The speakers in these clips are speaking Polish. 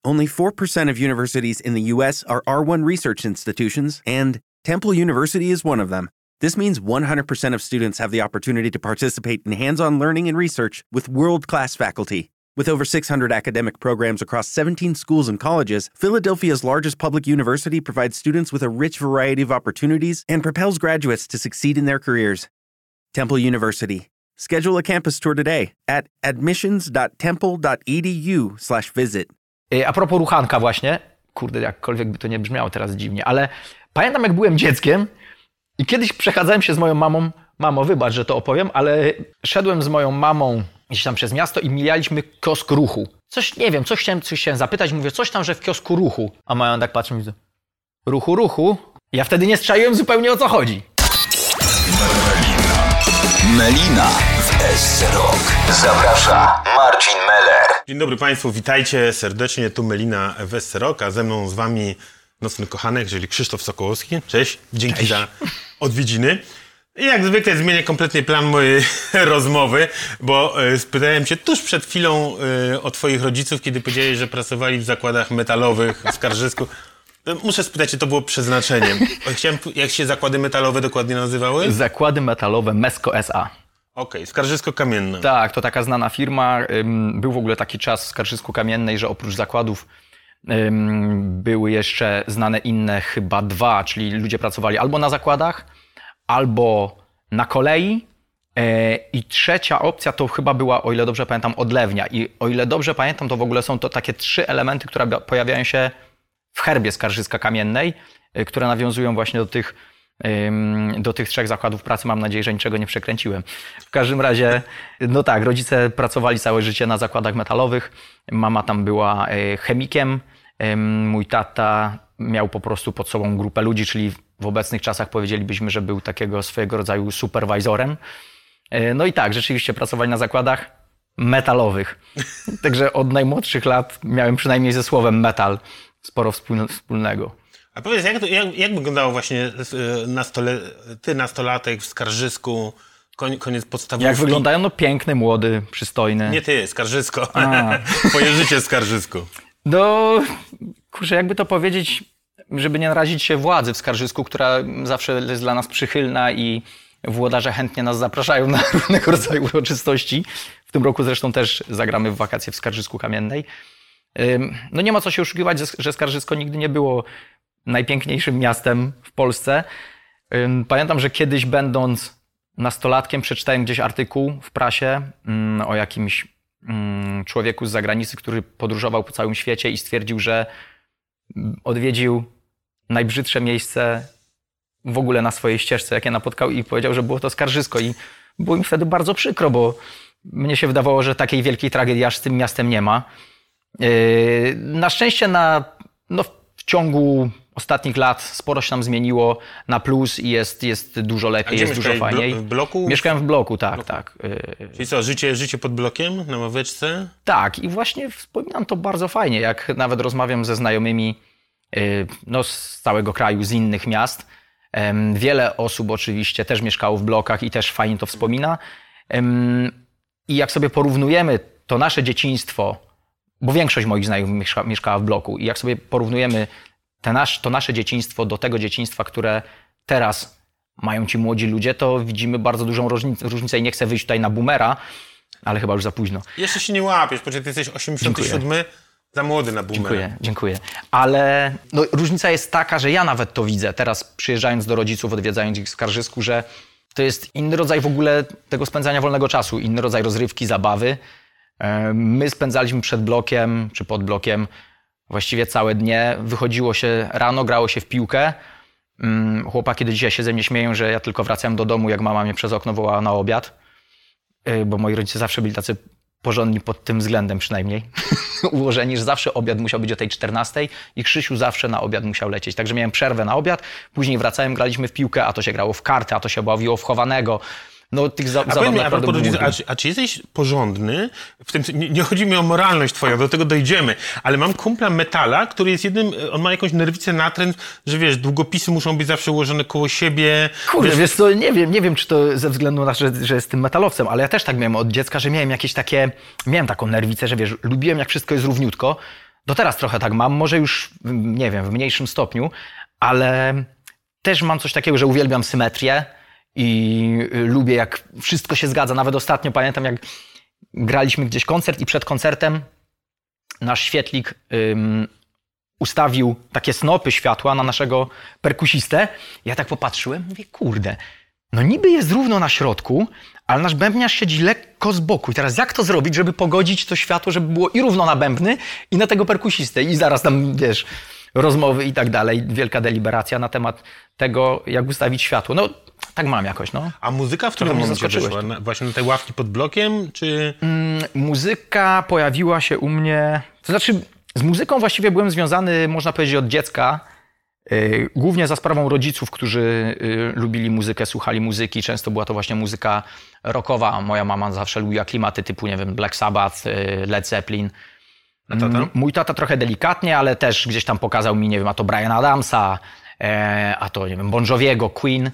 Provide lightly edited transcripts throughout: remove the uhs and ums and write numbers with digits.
Only 4% of universities in the U.S. are R1 research institutions, and Temple University is one of them. This means 100% of students have the opportunity to participate in hands-on learning and research with world-class faculty. With over 600 academic programs across 17 schools and colleges, Philadelphia's largest public university provides students with a rich variety of opportunities and propels graduates to succeed in their careers. Temple University. Schedule a campus tour today at admissions.temple.edu/visit. A propos ruchanka właśnie, kurde, jakkolwiek by to nie brzmiało teraz dziwnie, ale pamiętam, jak byłem dzieckiem i kiedyś przechadzałem się z moją mamą, mamo, wybacz, że to opowiem, ale szedłem z moją mamą gdzieś tam przez miasto i mijaliśmy kiosk ruchu. Coś, nie wiem, coś chciałem zapytać, mówię, coś tam, że w kiosku ruchu. A mają tak patrzy mi, ruchu. Ja wtedy nie strzaiłem zupełnie, o co chodzi. Melina w SROK. Zaprasza Marcin Meller. Dzień dobry Państwu, witajcie serdecznie. Tu Melina w SROK, a ze mną z Wami nocny kochanek, czyli Krzysztof Sokołowski. Cześć, dzięki za odwiedziny. I jak zwykle zmienię kompletnie plan mojej rozmowy, bo spytałem Cię tuż przed chwilą o Twoich rodziców, kiedy powiedziałeś, że pracowali w zakładach metalowych w Skarżysku. Muszę spytać, czy to było przeznaczeniem. Jak się zakłady metalowe dokładnie nazywały? Zakłady metalowe Mesko S.A. Okej, Skarżysko-Kamienne. Tak, to taka znana firma. Był w ogóle taki czas w Skarżysku-Kamiennej, że oprócz zakładów były jeszcze znane inne chyba dwa, czyli ludzie pracowali albo na zakładach, albo na kolei. I trzecia opcja to chyba była, o ile dobrze pamiętam, odlewnia. I o ile dobrze pamiętam, to w ogóle są to takie trzy elementy, które pojawiają się w herbie Skarżyska-Kamiennej, które nawiązują właśnie do tych trzech zakładów pracy. Mam nadzieję, że niczego nie przekręciłem. W każdym razie, no tak, rodzice pracowali całe życie na zakładach metalowych. Mama tam była chemikiem. Mój tata miał po prostu pod sobą grupę ludzi, czyli w obecnych czasach powiedzielibyśmy, że był takiego swojego rodzaju superwajzorem. No i tak, rzeczywiście pracowali na zakładach metalowych. Także od najmłodszych lat miałem przynajmniej ze słowem metal sporo wspólnego. A powiedz, jak wyglądało właśnie ty nastolatek w Skarżysku, koniec podstawówki? Jak wyglądają? No piękny, młody, przystojny. Nie ty, Skarżysko. Twoje życie w Skarżysku. No, kurczę, jakby to powiedzieć, żeby nie narazić się władzy w Skarżysku, która zawsze jest dla nas przychylna i włodarze chętnie nas zapraszają na różnego rodzaju uroczystości. W tym roku zresztą też zagramy w wakacje w Skarżysku-Kamiennej. No nie ma co się oszukiwać, że Skarżysko nigdy nie było najpiękniejszym miastem w Polsce. Pamiętam, że kiedyś będąc nastolatkiem przeczytałem gdzieś artykuł w prasie o jakimś człowieku z zagranicy, który podróżował po całym świecie i stwierdził, że odwiedził najbrzydsze miejsce w ogóle na swojej ścieżce, jakie napotkał, i powiedział, że było to Skarżysko. I było mi wtedy bardzo przykro, bo mnie się wydawało, że takiej wielkiej tragedii aż z tym miastem nie ma. Na szczęście w ciągu ostatnich lat sporo się tam zmieniło na plus i jest dużo lepiej, jest dużo fajniej. W bloku? Mieszkałem w bloku, tak. Czyli co, życie pod blokiem na ławeczce? Tak, i właśnie wspominam to bardzo fajnie, jak nawet rozmawiam ze znajomymi z całego kraju, z innych miast. Wiele osób oczywiście też mieszkało w blokach i też fajnie to wspomina. I jak sobie porównujemy to nasze dzieciństwo, bo większość moich znajomych mieszkała w bloku, i jak sobie porównujemy to nasze dzieciństwo do tego dzieciństwa, które teraz mają ci młodzi ludzie, to widzimy bardzo dużą różnicę i nie chcę wyjść tutaj na boomera, ale chyba już za późno. Jeszcze się nie łapiesz, bo ty jesteś 87, dziękuję. Za młody na boomera. Dziękuję. Ale różnica jest taka, że ja nawet to widzę teraz, przyjeżdżając do rodziców, odwiedzając ich w Skarżysku, że to jest inny rodzaj w ogóle tego spędzania wolnego czasu, inny rodzaj rozrywki, zabawy. My spędzaliśmy przed blokiem czy pod blokiem właściwie całe dnie. Wychodziło się rano, grało się w piłkę. Chłopaki do dzisiaj się ze mnie śmieją, że ja tylko wracałem do domu, jak mama mnie przez okno wołała na obiad. Bo moi rodzice zawsze byli tacy porządni pod tym względem przynajmniej. Ułożeni, że zawsze obiad musiał być o tej 14 i Krzysiu zawsze na obiad musiał lecieć. Także miałem przerwę na obiad, później wracałem, graliśmy w piłkę, a to się grało w karty, a to się bawiło w chowanego. No, tych zabaw naprawdę było. A czy jesteś porządny? W tym, nie chodzi mi o moralność twoją, do tego dojdziemy, ale mam kumpla metala, który jest on ma jakąś nerwicę natręt, że wiesz, długopisy muszą być zawsze ułożone koło siebie. Kurde, wiesz co, nie wiem, czy to ze względu na to, że jestem metalowcem, ale ja też tak miałem od dziecka, że miałem taką nerwicę, że wiesz, lubiłem, jak wszystko jest równiutko. do teraz trochę tak mam, może już, nie wiem, w mniejszym stopniu, ale też mam coś takiego, że uwielbiam symetrię i lubię, jak wszystko się zgadza. Nawet ostatnio pamiętam, jak graliśmy gdzieś koncert i przed koncertem nasz świetlik ustawił takie snopy światła na naszego perkusistę. Ja tak popatrzyłem, mówię, kurde, no niby jest równo na środku, ale nasz bębniarz siedzi lekko z boku. I teraz jak to zrobić, żeby pogodzić to światło, żeby było i równo na bębny, i na tego perkusistę. I zaraz tam, wiesz, rozmowy i tak dalej. Wielka deliberacja na temat tego, jak ustawić światło. No, tak mam jakoś, no. A muzyka w którym mnie momencie zaskoczyłeś wyszła? Właśnie na tej ławki pod blokiem, czy... Muzyka pojawiła się u mnie... To znaczy, z muzyką właściwie byłem związany, można powiedzieć, od dziecka. Głównie za sprawą rodziców, którzy lubili muzykę, słuchali muzyki. Często była to właśnie muzyka rockowa. Moja mama zawsze lubiła klimaty typu, nie wiem, Black Sabbath, Led Zeppelin. A tata? Mój tata trochę delikatnie, ale też gdzieś tam pokazał mi, nie wiem, a to Briana Adamsa, a to, nie wiem, Bon Joviego, Queen.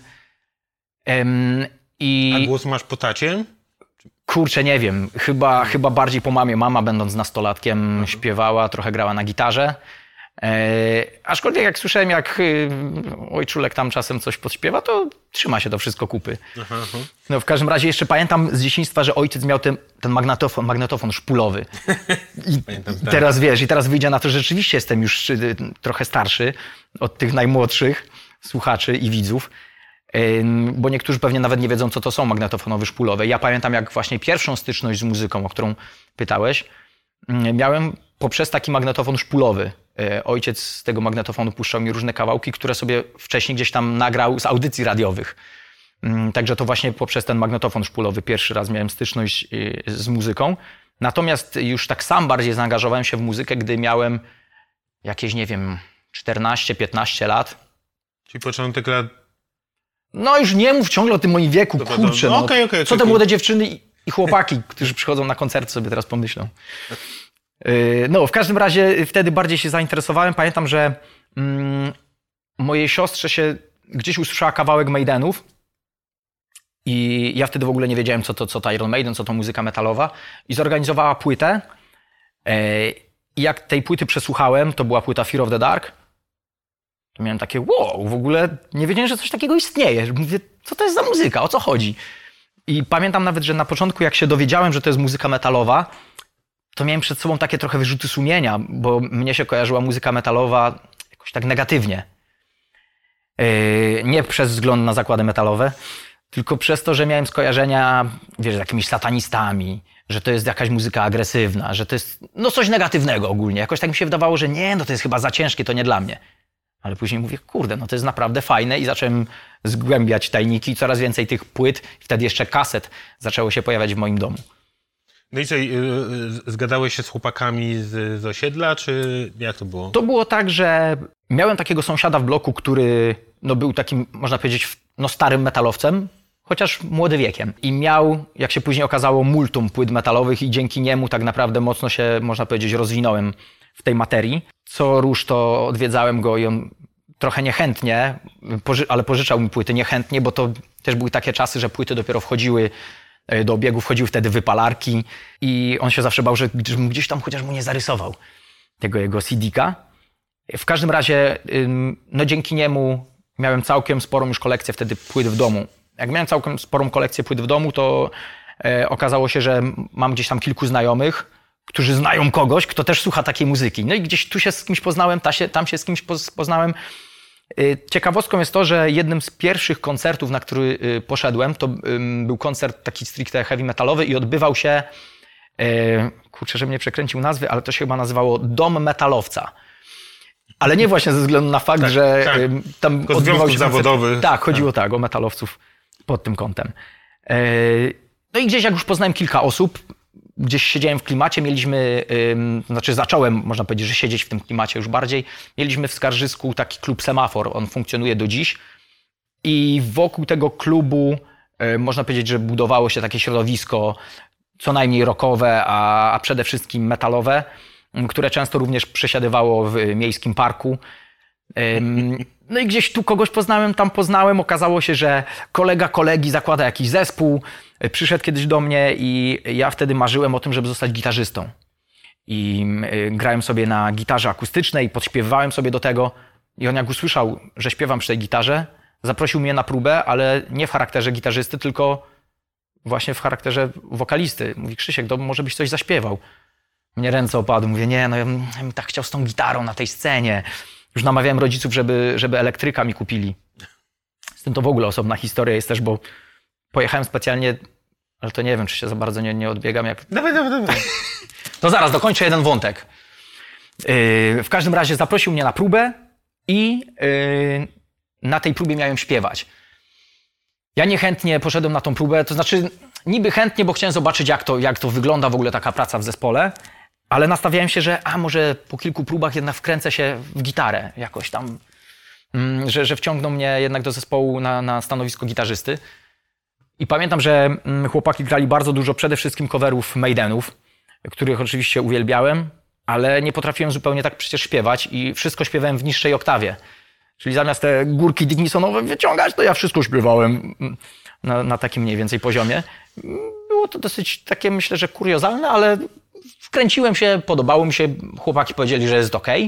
A głos masz po tacie? Kurczę, nie wiem, chyba bardziej po mamie. Mama, będąc nastolatkiem, śpiewała, trochę grała na gitarze. Aczkolwiek jak słyszałem, jak ojczulek tam czasem coś podśpiewa, to trzyma się to wszystko kupy. No w każdym razie jeszcze pamiętam z dzieciństwa, że ojciec miał ten magnetofon szpulowy. I Pamiętam, tak. teraz wiesz, i teraz wyjdzie na to, że rzeczywiście jestem już trochę starszy od tych najmłodszych słuchaczy i widzów. Bo niektórzy pewnie nawet nie wiedzą, co to są magnetofonowe szpulowe. Ja pamiętam, jak właśnie pierwszą styczność z muzyką, o którą pytałeś, miałem poprzez taki magnetofon szpulowy. Ojciec z tego magnetofonu puszczał mi różne kawałki, które sobie wcześniej gdzieś tam nagrał z audycji radiowych. Także to właśnie poprzez ten magnetofon szpulowy pierwszy raz miałem styczność z muzyką. Natomiast już tak sam bardziej zaangażowałem się w muzykę, gdy miałem jakieś, nie wiem, 14-15 lat. Czyli początek lat... No już nie mów ciągle o tym moim wieku, kurczę. No. Okej, Co te młode dziewczyny i chłopaki, którzy przychodzą na koncerty, sobie teraz pomyślą. No, w każdym razie wtedy bardziej się zainteresowałem. Pamiętam, że mojej siostrze się gdzieś usłyszała kawałek Maidenów i ja wtedy w ogóle nie wiedziałem, co to Iron Maiden, co to muzyka metalowa, i zorganizowała płytę. I jak tej płyty przesłuchałem, to była płyta Fear of the Dark, to miałem takie, wow, w ogóle nie wiedziałem, że coś takiego istnieje. Mówię, co to jest za muzyka, o co chodzi? I pamiętam nawet, że na początku, jak się dowiedziałem, że to jest muzyka metalowa, to miałem przed sobą takie trochę wyrzuty sumienia, bo mnie się kojarzyła muzyka metalowa jakoś tak negatywnie. Nie przez wzgląd na zakłady metalowe, tylko przez to, że miałem skojarzenia, wiesz, z jakimiś satanistami, że to jest jakaś muzyka agresywna, że to jest no coś negatywnego ogólnie. Jakoś tak mi się wydawało, że nie, no to jest chyba za ciężkie, to nie dla mnie. Ale później mówię, kurde, no to jest naprawdę fajne, i zacząłem zgłębiać tajniki. Coraz więcej tych płyt, wtedy jeszcze kaset zaczęło się pojawiać w moim domu. No i co, zgadałeś się z chłopakami z osiedla, czy jak to było? To było tak, że miałem takiego sąsiada w bloku, który no, był takim, można powiedzieć, no, starym metalowcem, chociaż młody wiekiem. I miał, jak się później okazało, multum płyt metalowych i dzięki niemu tak naprawdę mocno się, można powiedzieć, rozwinąłem w tej materii. Co rusz to odwiedzałem go i on trochę niechętnie, ale pożyczał mi płyty niechętnie, bo to też były takie czasy, że płyty dopiero wchodziły do obiegu, wchodziły wtedy wypalarki i on się zawsze bał, że gdzieś tam chociaż mu nie zarysował tego jego CD-ka. W każdym razie, no dzięki niemu miałem całkiem sporą już kolekcję wtedy płyt w domu. Jak miałem całkiem sporą kolekcję płyt w domu, to okazało się, że mam gdzieś tam kilku znajomych, którzy znają kogoś, kto też słucha takiej muzyki. No i gdzieś tu się z kimś poznałem, tam się z kimś poznałem. Ciekawostką jest to, że jednym z pierwszych koncertów, na który poszedłem, to był koncert taki stricte heavy metalowy i odbywał się, kurczę, żebym nie przekręcił nazwy, ale to się chyba nazywało Dom Metalowca. Ale nie właśnie ze względu na fakt, że tam odbywał się zawodowych. Tak, chodziło tak o metalowców pod tym kątem. No i gdzieś jak już poznałem kilka osób, gdzieś siedziałem w klimacie, mieliśmy, znaczy zacząłem, można powiedzieć, że siedzieć w tym klimacie już bardziej. Mieliśmy w Skarżysku taki klub Semafor, on funkcjonuje do dziś i wokół tego klubu można powiedzieć, że budowało się takie środowisko co najmniej rockowe, a przede wszystkim metalowe, które często również przesiadywało w miejskim parku. No i gdzieś tu kogoś poznałem, tam poznałem. Okazało się, że kolega kolegi zakłada jakiś zespół. Przyszedł kiedyś do mnie i ja wtedy marzyłem o tym, żeby zostać gitarzystą. i grałem sobie na gitarze akustycznej, podśpiewałem sobie do tego i on jak usłyszał, że śpiewam przy tej gitarze, zaprosił mnie na próbę, ale nie w charakterze gitarzysty, tylko właśnie w charakterze wokalisty. Mówi: Krzysiek, to może byś coś zaśpiewał. Mnie ręce opadły. Mówię: nie, no ja bym tak chciał z tą gitarą na tej scenie. Już namawiałem rodziców, żeby elektryka mi kupili. Z tym to w ogóle osobna historia jest też, bo pojechałem specjalnie, ale to nie wiem, czy się za bardzo nie odbiegam. Dawaj. To zaraz, dokończę jeden wątek. W każdym razie zaprosił mnie na próbę i na tej próbie miałem śpiewać. Ja niechętnie poszedłem na tą próbę, to znaczy niby chętnie, bo chciałem zobaczyć, jak to wygląda w ogóle taka praca w zespole, ale nastawiałem się, że może po kilku próbach jednak wkręcę się w gitarę jakoś tam, że wciągną mnie jednak do zespołu na stanowisko gitarzysty. I pamiętam, że chłopaki grali bardzo dużo przede wszystkim coverów Maidenów, których oczywiście uwielbiałem, ale nie potrafiłem zupełnie tak przecież śpiewać i wszystko śpiewałem w niższej oktawie. Czyli zamiast te górki Dickinsonowe wyciągać, to ja wszystko śpiewałem na takim mniej więcej poziomie. Było to dosyć takie, myślę, że kuriozalne, ale wkręciłem się, podobało mi się, chłopaki powiedzieli, że jest okej.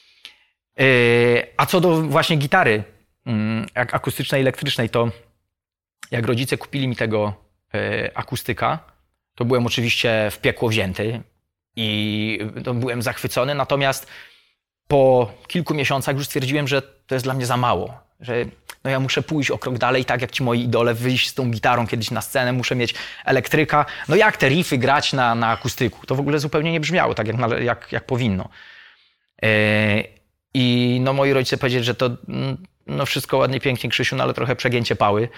A co do właśnie gitary akustycznej, elektrycznej, to jak rodzice kupili mi tego akustyka, to byłem oczywiście w piekło wzięty i byłem zachwycony, natomiast po kilku miesiącach już stwierdziłem, że to jest dla mnie za mało, że no ja muszę pójść o krok dalej, tak jak ci moi idole, wyjść z tą gitarą kiedyś na scenę, muszę mieć elektryka. No jak te riffy grać na akustyku? To w ogóle zupełnie nie brzmiało tak, jak powinno. I no moi rodzice powiedzieli, że to no wszystko ładnie, pięknie, Krzysiu, no ale trochę przegięcie pały.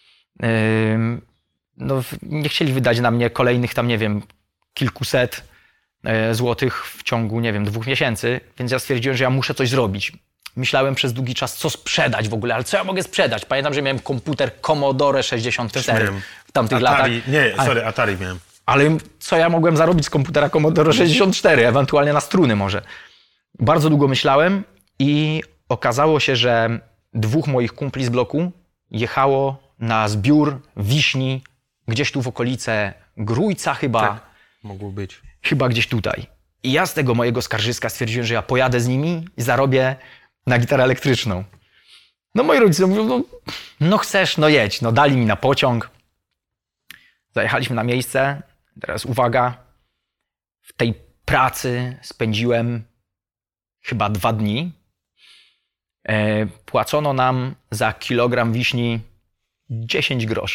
No nie chcieli wydać na mnie kolejnych tam, nie wiem, kilkuset złotych w ciągu, nie wiem, 2 miesięcy, więc ja stwierdziłem, że ja muszę coś zrobić. Myślałem przez długi czas, co sprzedać w ogóle, ale co ja mogę sprzedać? Pamiętam, że miałem komputer Commodore 64 w tamtych latach. Atari miałem. Ale co ja mogłem zarobić z komputera Commodore 64, ewentualnie na struny może. Bardzo długo myślałem i okazało się, że 2 moich kumpli z bloku jechało na zbiór wiśni gdzieś tu w okolice Grójca chyba. Tak, mogło być. Chyba gdzieś tutaj. I ja z tego mojego skarżyska stwierdziłem, że ja pojadę z nimi i zarobię na gitarę elektryczną. No moi rodzice mówią, no chcesz, no jedź. No dali mi na pociąg. Zajechaliśmy na miejsce. Teraz uwaga. W tej pracy spędziłem chyba 2 dni. Płacono nam za kilogram wiśni 10 groszy.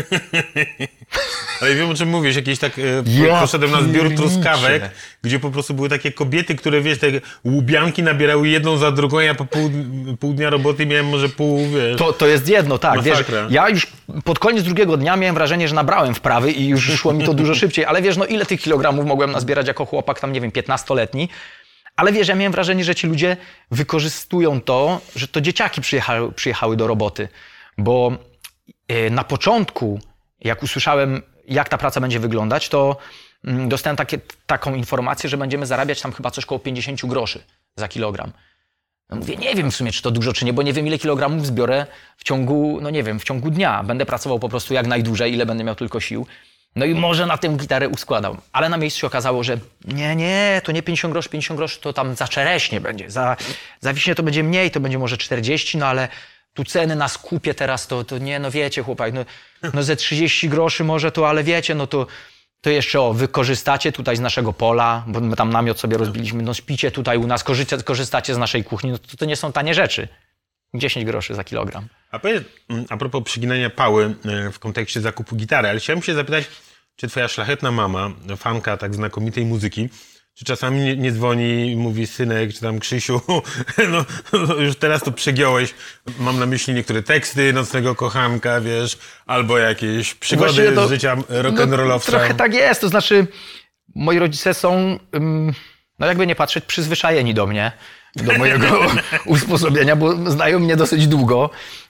Ale wiem, o czym mówisz. Jakieś tak poszedłem na zbiór truskawek, gdzie po prostu były takie kobiety, które, wiesz, te łubianki nabierały jedną za drugą, ja po pół dnia roboty miałem może pół, wiesz. To jest jedno, tak. Wiesz, ja już pod koniec 2. dnia miałem wrażenie, że nabrałem wprawy i już szło mi to dużo szybciej, ale wiesz, no ile tych kilogramów mogłem nazbierać jako chłopak, tam nie wiem, 15-letni. Ale wiesz, ja miałem wrażenie, że ci ludzie wykorzystują to, że to dzieciaki przyjechały do roboty. Bo na początku, jak usłyszałem, jak ta praca będzie wyglądać, to dostałem taką informację, że będziemy zarabiać tam chyba coś koło 50 groszy za kilogram. No mówię, nie wiem w sumie, czy to dużo, czy nie, bo nie wiem, ile kilogramów zbiorę w ciągu, no nie wiem, w ciągu dnia. Będę pracował po prostu jak najdłużej, ile będę miał tylko sił. No i może na tę gitarę uskładał. Ale na miejscu się okazało, że nie, to nie 50 groszy, to tam za czereśnie będzie. Za wiśnie to będzie mniej, to będzie może 40, no ale tu ceny na skupie teraz to nie, no wiecie chłopak, no ze 30 groszy może to, ale wiecie, no to jeszcze wy korzystacie tutaj z naszego pola, bo my tam namiot sobie rozbiliśmy, no śpicie tutaj u nas, korzystacie z naszej kuchni, no to nie są tanie rzeczy. 10 groszy za kilogram. A powiedz, a propos przyginania pały w kontekście zakupu gitary, ale chciałem się zapytać, czy twoja szlachetna mama, fanka tak znakomitej muzyki, czy czasami nie dzwoni i mówi, synek, czy tam Krzysiu, no już teraz to przegiąłeś. Mam na myśli niektóre teksty Nocnego Kochanka, wiesz, albo jakieś przygody z życia rock'n'rollowca. Trochę tak jest, to znaczy moi rodzice są, no jakby nie patrzeć, przyzwyczajeni do mnie, do mojego usposobienia, bo znają mnie dosyć długo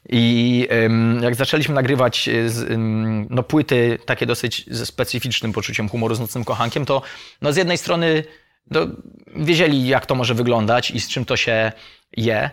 i jak zaczęliśmy nagrywać no, płyty takie dosyć ze specyficznym poczuciem humoru z Nocnym Kochankiem, to no, z jednej strony no, wiedzieli, jak to może wyglądać i z czym to się je.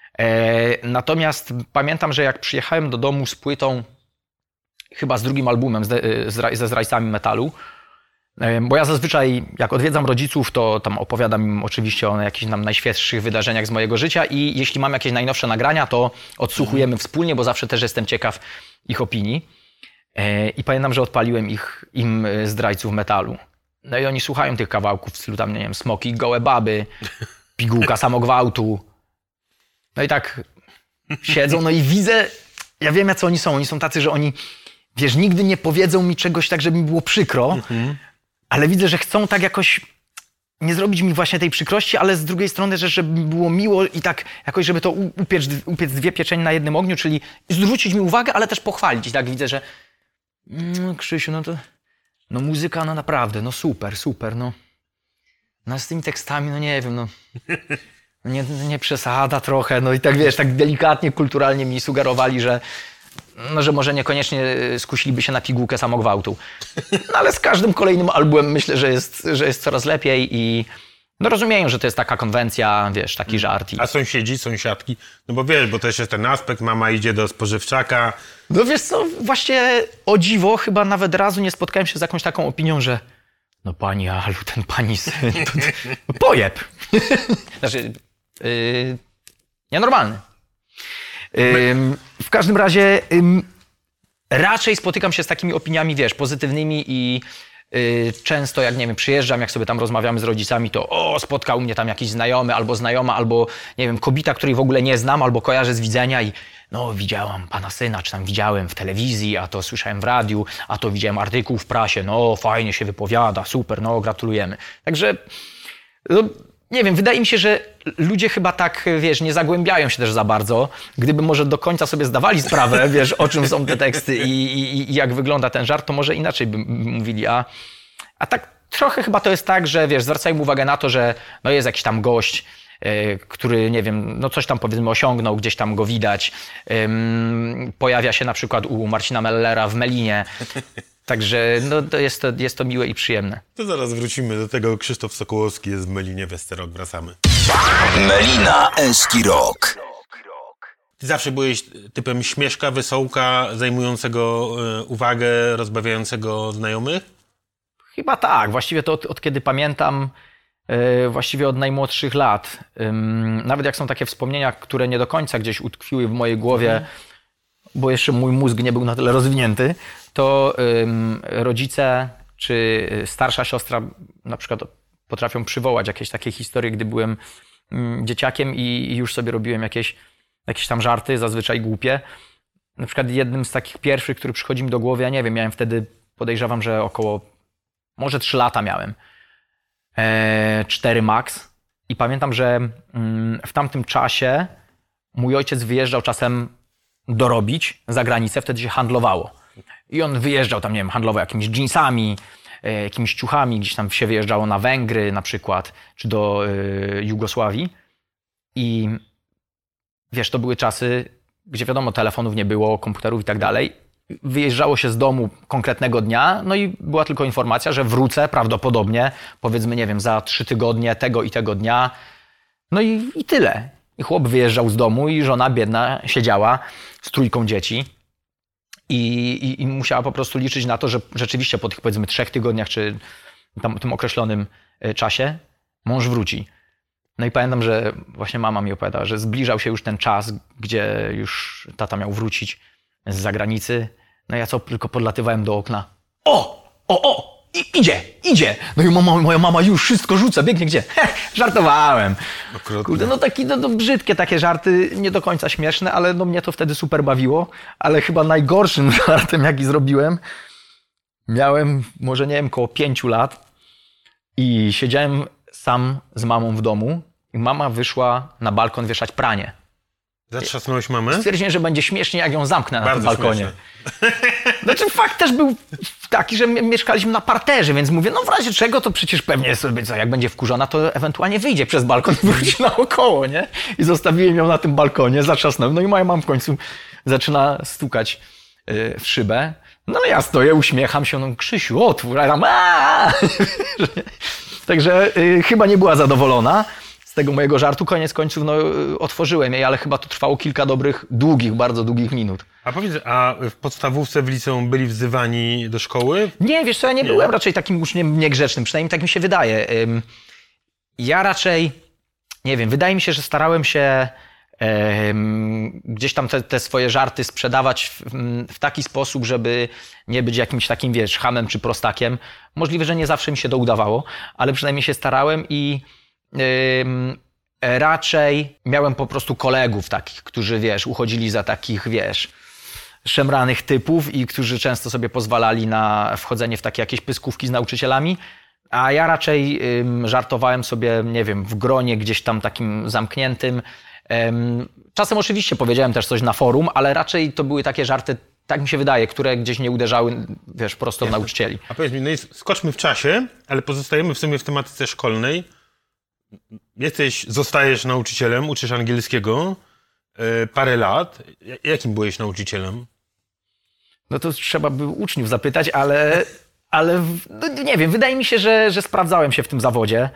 Natomiast pamiętam, że jak przyjechałem do domu z płytą, chyba z drugim albumem, ze Zdrajcami Metalu, Bo ja zazwyczaj, jak odwiedzam rodziców, to tam opowiadam im oczywiście o jakichś tam najświeższych wydarzeniach z mojego życia i jeśli mam jakieś najnowsze nagrania, to odsłuchujemy wspólnie, bo zawsze też jestem ciekaw ich opinii. I pamiętam, że odpaliłem im zdrajców metalu. No i oni słuchają tych kawałków w stylu tam, nie wiem, Smoki, Gołe Baby, Pigułka Samogwałtu. No i tak siedzą, no i widzę, ja wiem, jacy oni są. Oni są tacy, że oni, wiesz, nigdy nie powiedzą mi czegoś tak, żeby mi było przykro, ale widzę, że chcą tak jakoś nie zrobić mi właśnie tej przykrości, ale z drugiej strony, że żeby mi było miło i tak jakoś, żeby to upiec dwie pieczenie na jednym ogniu, czyli zwrócić mi uwagę, ale też pochwalić. I tak widzę, że Krzysiu, no to no muzyka, no naprawdę, no super, no. No z tymi tekstami, no nie wiem, no nie przesada trochę, no i tak wiesz, tak delikatnie, kulturalnie mi sugerowali, że może niekoniecznie skusiliby się na Pigułkę Samogwałtu. No ale z każdym kolejnym albumem myślę, że jest coraz lepiej i no rozumieją, że to jest taka konwencja, wiesz, taki żart. A sąsiedzi, sąsiadki? No bo wiesz, bo też jest ten aspekt, mama idzie do spożywczaka. No wiesz co, właśnie o dziwo chyba nawet razu nie spotkałem się z jakąś taką opinią, że no pani Alu, ten pani syn, to pojeb. Znaczy, nienormalny. W każdym razie raczej spotykam się z takimi opiniami, wiesz, pozytywnymi i często jak, nie wiem, przyjeżdżam, jak sobie tam rozmawiamy z rodzicami, to spotkał mnie tam jakiś znajomy albo znajoma, albo nie wiem, kobieta, której w ogóle nie znam, albo kojarzę z widzenia i no widziałam pana syna, czy tam widziałem w telewizji, a to słyszałem w radiu, a to widziałem artykuł w prasie, no fajnie się wypowiada, super, no gratulujemy. Także no, nie wiem, wydaje mi się, że ludzie chyba tak, wiesz, nie zagłębiają się też za bardzo. Gdyby może do końca sobie zdawali sprawę, wiesz, o czym są te teksty i jak wygląda ten żart, to może inaczej by mówili. A tak trochę chyba to jest tak, że wiesz, zwracają uwagę na to, że no jest jakiś tam gość, który, nie wiem, no coś tam powiedzmy osiągnął, gdzieś tam go widać. Pojawia się na przykład u Marcina Mellera w Melinie. Także no, to jest to miłe i przyjemne. To zaraz wrócimy do tego. Krzysztof Sokołowski jest w Melinie, w Esterok. Wracamy. Melina, Eski Rock. Ty zawsze byłeś typem śmieszka, wesołka, zajmującego uwagę, rozbawiającego znajomych? Chyba tak. Właściwie to od kiedy pamiętam, właściwie od najmłodszych lat. Nawet jak są takie wspomnienia, które nie do końca gdzieś utkwiły w mojej głowie, bo jeszcze mój mózg nie był na tyle rozwinięty, to rodzice czy starsza siostra na przykład potrafią przywołać jakieś takie historie, gdy byłem dzieciakiem i już sobie robiłem jakieś tam żarty, zazwyczaj głupie. Na przykład jednym z takich pierwszych, który przychodzi mi do głowy, ja nie wiem, miałem wtedy, podejrzewam, że około, może 3 lata miałem. 4 max. I pamiętam, że w tamtym czasie mój ojciec wyjeżdżał czasem dorobić za granicę, wtedy się handlowało. I on wyjeżdżał tam, nie wiem, handlował jakimiś dżinsami, jakimiś ciuchami, gdzieś tam się wyjeżdżało na Węgry na przykład, czy do Jugosławii. I wiesz, to były czasy, gdzie wiadomo, telefonów nie było, komputerów i tak dalej. Wyjeżdżało się z domu konkretnego dnia, no i była tylko informacja, że wrócę prawdopodobnie, powiedzmy, nie wiem, za 3 tygodnie tego i tego dnia. No i tyle. I chłop wyjeżdżał z domu i żona biedna siedziała z 3 dzieci i musiała po prostu liczyć na to, że rzeczywiście po tych, powiedzmy, 3 tygodniach czy tam tym określonym czasie mąż wróci. No i pamiętam, że właśnie mama mi opowiadała, że zbliżał się już ten czas, gdzie już tata miał wrócić z zagranicy. No ja tylko podlatywałem do okna. Idzie! No i moja mama już wszystko rzuca, biegnie gdzie? Żartowałem. Kurde, no takie no, brzydkie takie żarty, nie do końca śmieszne, ale no mnie to wtedy super bawiło. Ale chyba najgorszym żartem, jaki zrobiłem, miałem, może nie wiem, koło 5 lat i siedziałem sam z mamą w domu i mama wyszła na balkon wieszać pranie. Zatrzasnąłeś mamę? Stwierdziłem, że będzie śmiesznie, jak ją zamknę na tym balkonie. Śmieszne. Znaczy fakt też był taki, że mieszkaliśmy na parterze, więc mówię, no w razie czego to przecież pewnie sobie, co, jak będzie wkurzona, to ewentualnie wyjdzie przez balkon i wróci naokoło, nie? I zostawiłem ją na tym balkonie, zatrzasnąłem. No i moja mama w końcu zaczyna stukać w szybę. No ja stoję, uśmiecham się, no Krzysiu, otwórz, a tam Także chyba nie była zadowolona. tego mojego żartu. Koniec końców otworzyłem jej, ale chyba to trwało kilka bardzo długich minut. A powiedz, a w podstawówce, w liceum byli wzywani do szkoły? Nie, wiesz co, ja nie byłem raczej takim uczniem niegrzecznym, przynajmniej tak mi się wydaje. Ja raczej, nie wiem, wydaje mi się, że starałem się gdzieś tam te swoje żarty sprzedawać w taki sposób, żeby nie być jakimś takim, wiesz, chamem czy prostakiem. Możliwe, że nie zawsze mi się to udawało, ale przynajmniej się starałem i raczej miałem po prostu kolegów takich, którzy, wiesz, uchodzili za takich, wiesz, szemranych typów i którzy często sobie pozwalali na wchodzenie w takie jakieś pyskówki z nauczycielami, a ja raczej żartowałem sobie, nie wiem, w gronie gdzieś tam takim zamkniętym. Czasem oczywiście powiedziałem też coś na forum, ale raczej to były takie żarty, tak mi się wydaje, które gdzieś nie uderzały, wiesz, prosto w nauczycieli. A powiedz mi, no i skoczmy w czasie, ale pozostajemy w sumie w tematyce szkolnej. Zostajesz nauczycielem, uczysz angielskiego parę lat. Jakim byłeś nauczycielem? No to trzeba by uczniów zapytać, ale no nie wiem, wydaje mi się, że sprawdzałem się w tym zawodzie.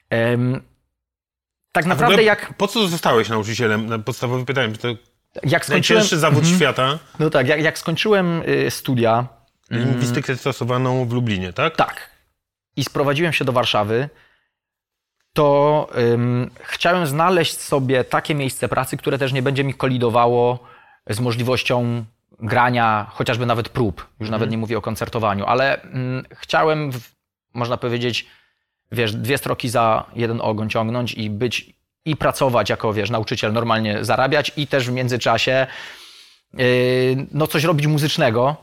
Tak naprawdę Po co zostałeś nauczycielem? Na podstawowe pytanie, to jak najcięższy zawód świata. No tak, jak skończyłem studia... Lingwistykę stosowaną w Lublinie, tak? Tak. I sprowadziłem się do Warszawy, to chciałem znaleźć sobie takie miejsce pracy, które też nie będzie mi kolidowało z możliwością grania, chociażby nawet prób. Już nawet nie mówię o koncertowaniu, ale chciałem, można powiedzieć, wiesz, 2 stroki za jeden ogon ciągnąć i być i pracować jako, wiesz, nauczyciel, normalnie zarabiać i też w międzyczasie no coś robić muzycznego.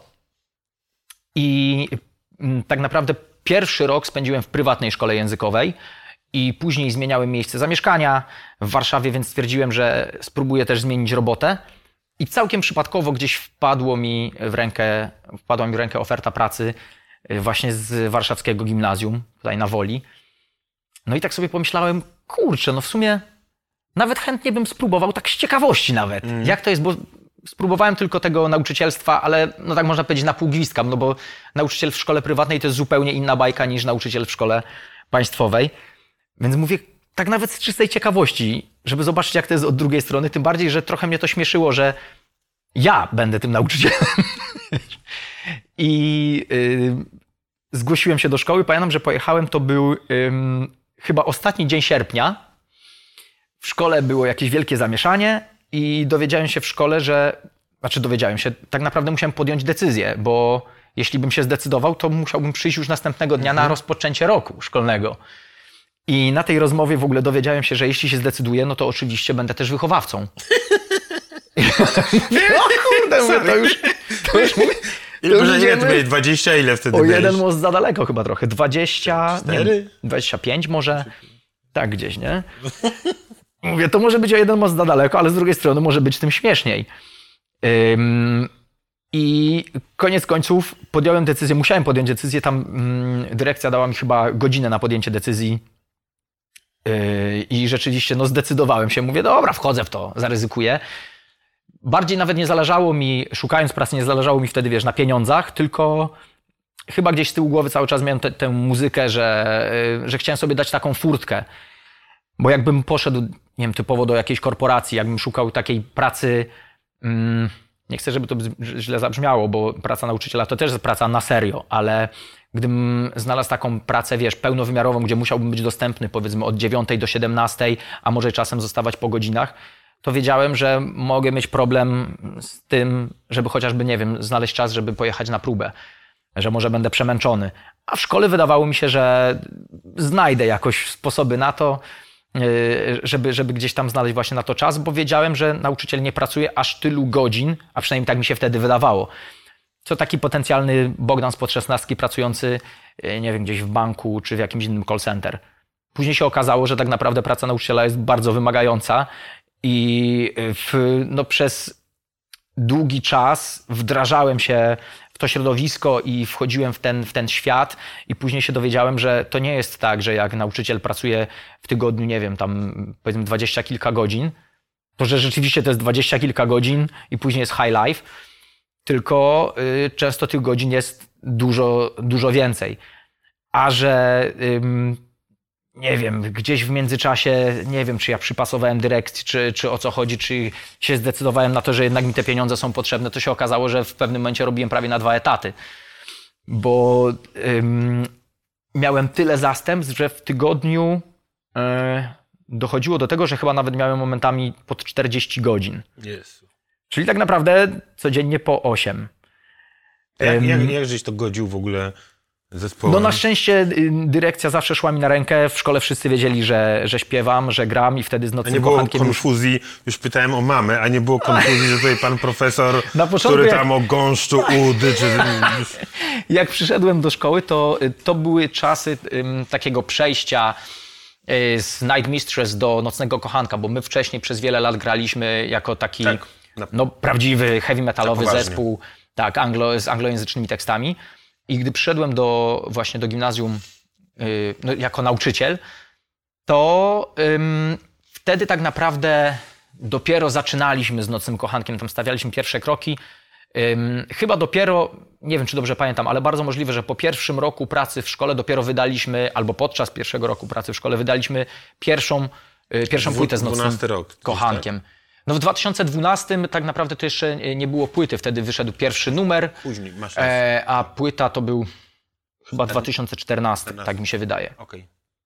I tak naprawdę pierwszy rok spędziłem w prywatnej szkole językowej i później zmieniałem miejsce zamieszkania w Warszawie, więc stwierdziłem, że spróbuję też zmienić robotę. I całkiem przypadkowo gdzieś wpadła mi w rękę oferta pracy właśnie z warszawskiego gimnazjum, tutaj na Woli. No i tak sobie pomyślałem, kurczę, no w sumie nawet chętnie bym spróbował, tak z ciekawości nawet. Jak to jest, bo spróbowałem tylko tego nauczycielstwa, ale no tak można powiedzieć na pół gwizdka, no bo nauczyciel w szkole prywatnej to jest zupełnie inna bajka niż nauczyciel w szkole państwowej. Więc mówię, tak nawet z czystej ciekawości, żeby zobaczyć, jak to jest od drugiej strony, tym bardziej, że trochę mnie to śmieszyło, że ja będę tym nauczycielem. I zgłosiłem się do szkoły. Pamiętam, że pojechałem, to był chyba ostatni dzień sierpnia. W szkole było jakieś wielkie zamieszanie i dowiedziałem się w szkole, tak naprawdę musiałem podjąć decyzję, bo jeśli bym się zdecydował, to musiałbym przyjść już następnego dnia na rozpoczęcie roku szkolnego. I na tej rozmowie w ogóle dowiedziałem się, że jeśli się zdecyduję, no to oczywiście będę też wychowawcą. O kurde, mówię, to już mówię. Ile ty miałeś? 20? Ile wtedy O miałeś? jeden most za daleko chyba trochę. 20, 4? 25 może. Tak gdzieś, nie? Mówię, to może być o jeden most za daleko, ale z drugiej strony może być tym śmieszniej. I koniec końców musiałem podjąć decyzję. Tam dyrekcja dała mi chyba godzinę na podjęcie decyzji. I rzeczywiście zdecydowałem się. Mówię, dobra, wchodzę w to, zaryzykuję. Bardziej nawet nie zależało mi, szukając pracy, nie zależało mi wtedy, wiesz, na pieniądzach, tylko chyba gdzieś z tyłu głowy cały czas miałem tę muzykę, że chciałem sobie dać taką furtkę. Bo jakbym poszedł, nie wiem, typowo do jakiejś korporacji, jakbym szukał takiej pracy, nie chcę, żeby to źle zabrzmiało, bo praca nauczyciela to też jest praca na serio, ale gdybym znalazł taką pracę, wiesz, pełnowymiarową, gdzie musiałbym być dostępny, powiedzmy, od 9 do 17, a może czasem zostawać po godzinach, to wiedziałem, że mogę mieć problem z tym, żeby chociażby, nie wiem, znaleźć czas, żeby pojechać na próbę, że może będę przemęczony. A w szkole wydawało mi się, że znajdę jakoś sposoby na to, żeby gdzieś tam znaleźć właśnie na to czas, bo wiedziałem, że nauczyciel nie pracuje aż tylu godzin, a przynajmniej tak mi się wtedy wydawało. Co taki potencjalny Bogdan spod 16 pracujący, nie wiem, gdzieś w banku czy w jakimś innym call center. Później się okazało, że tak naprawdę praca nauczyciela jest bardzo wymagająca i przez długi czas wdrażałem się w to środowisko i wchodziłem w ten świat i później się dowiedziałem, że to nie jest tak, że jak nauczyciel pracuje w tygodniu, nie wiem, tam powiedzmy 20 kilka godzin, to że rzeczywiście to jest 20 kilka godzin i później jest high life, tylko często tych godzin jest dużo, dużo więcej. A że nie wiem, gdzieś w międzyczasie, nie wiem, czy ja przypasowałem dyrekcji, czy o co chodzi, czy się zdecydowałem na to, że jednak mi te pieniądze są potrzebne, to się okazało, że w pewnym momencie robiłem prawie na 2 etaty. Bo miałem tyle zastępstw, że w tygodniu dochodziło do tego, że chyba nawet miałem momentami pod 40 godzin. Jezu. Czyli tak naprawdę codziennie po 8. Jak żeś to godził w ogóle zespołem? No na szczęście dyrekcja zawsze szła mi na rękę. W szkole wszyscy wiedzieli, że śpiewam, że gram i wtedy z A Nocnym nie było Kochankiem konfuzji, już pytałem o mamę, a nie było konfuzji, że tutaj pan profesor, Na początku który jak- tam o gąszczu, udy, czy... Jak przyszedłem do szkoły, to były czasy takiego przejścia z Night Mistress do Nocnego Kochanka, bo my wcześniej przez wiele lat graliśmy jako taki Tak, prawdziwy heavy metalowy poważnie. zespół, tak, z anglojęzycznymi tekstami. I gdy przyszedłem właśnie do gimnazjum jako nauczyciel, to wtedy tak naprawdę dopiero zaczynaliśmy z Nocnym Kochankiem, tam stawialiśmy pierwsze kroki. Chyba dopiero, nie wiem czy dobrze pamiętam, ale bardzo możliwe, że po pierwszym roku pracy w szkole dopiero wydaliśmy, albo podczas pierwszego roku pracy w szkole wydaliśmy pierwszą płytę z Nocnym 12 rok. Kochankiem. No w 2012 tak naprawdę to jeszcze nie było płyty, wtedy wyszedł pierwszy numer, Później, masz rację. a płyta to był chyba 2014, tak mi się wydaje. Okej.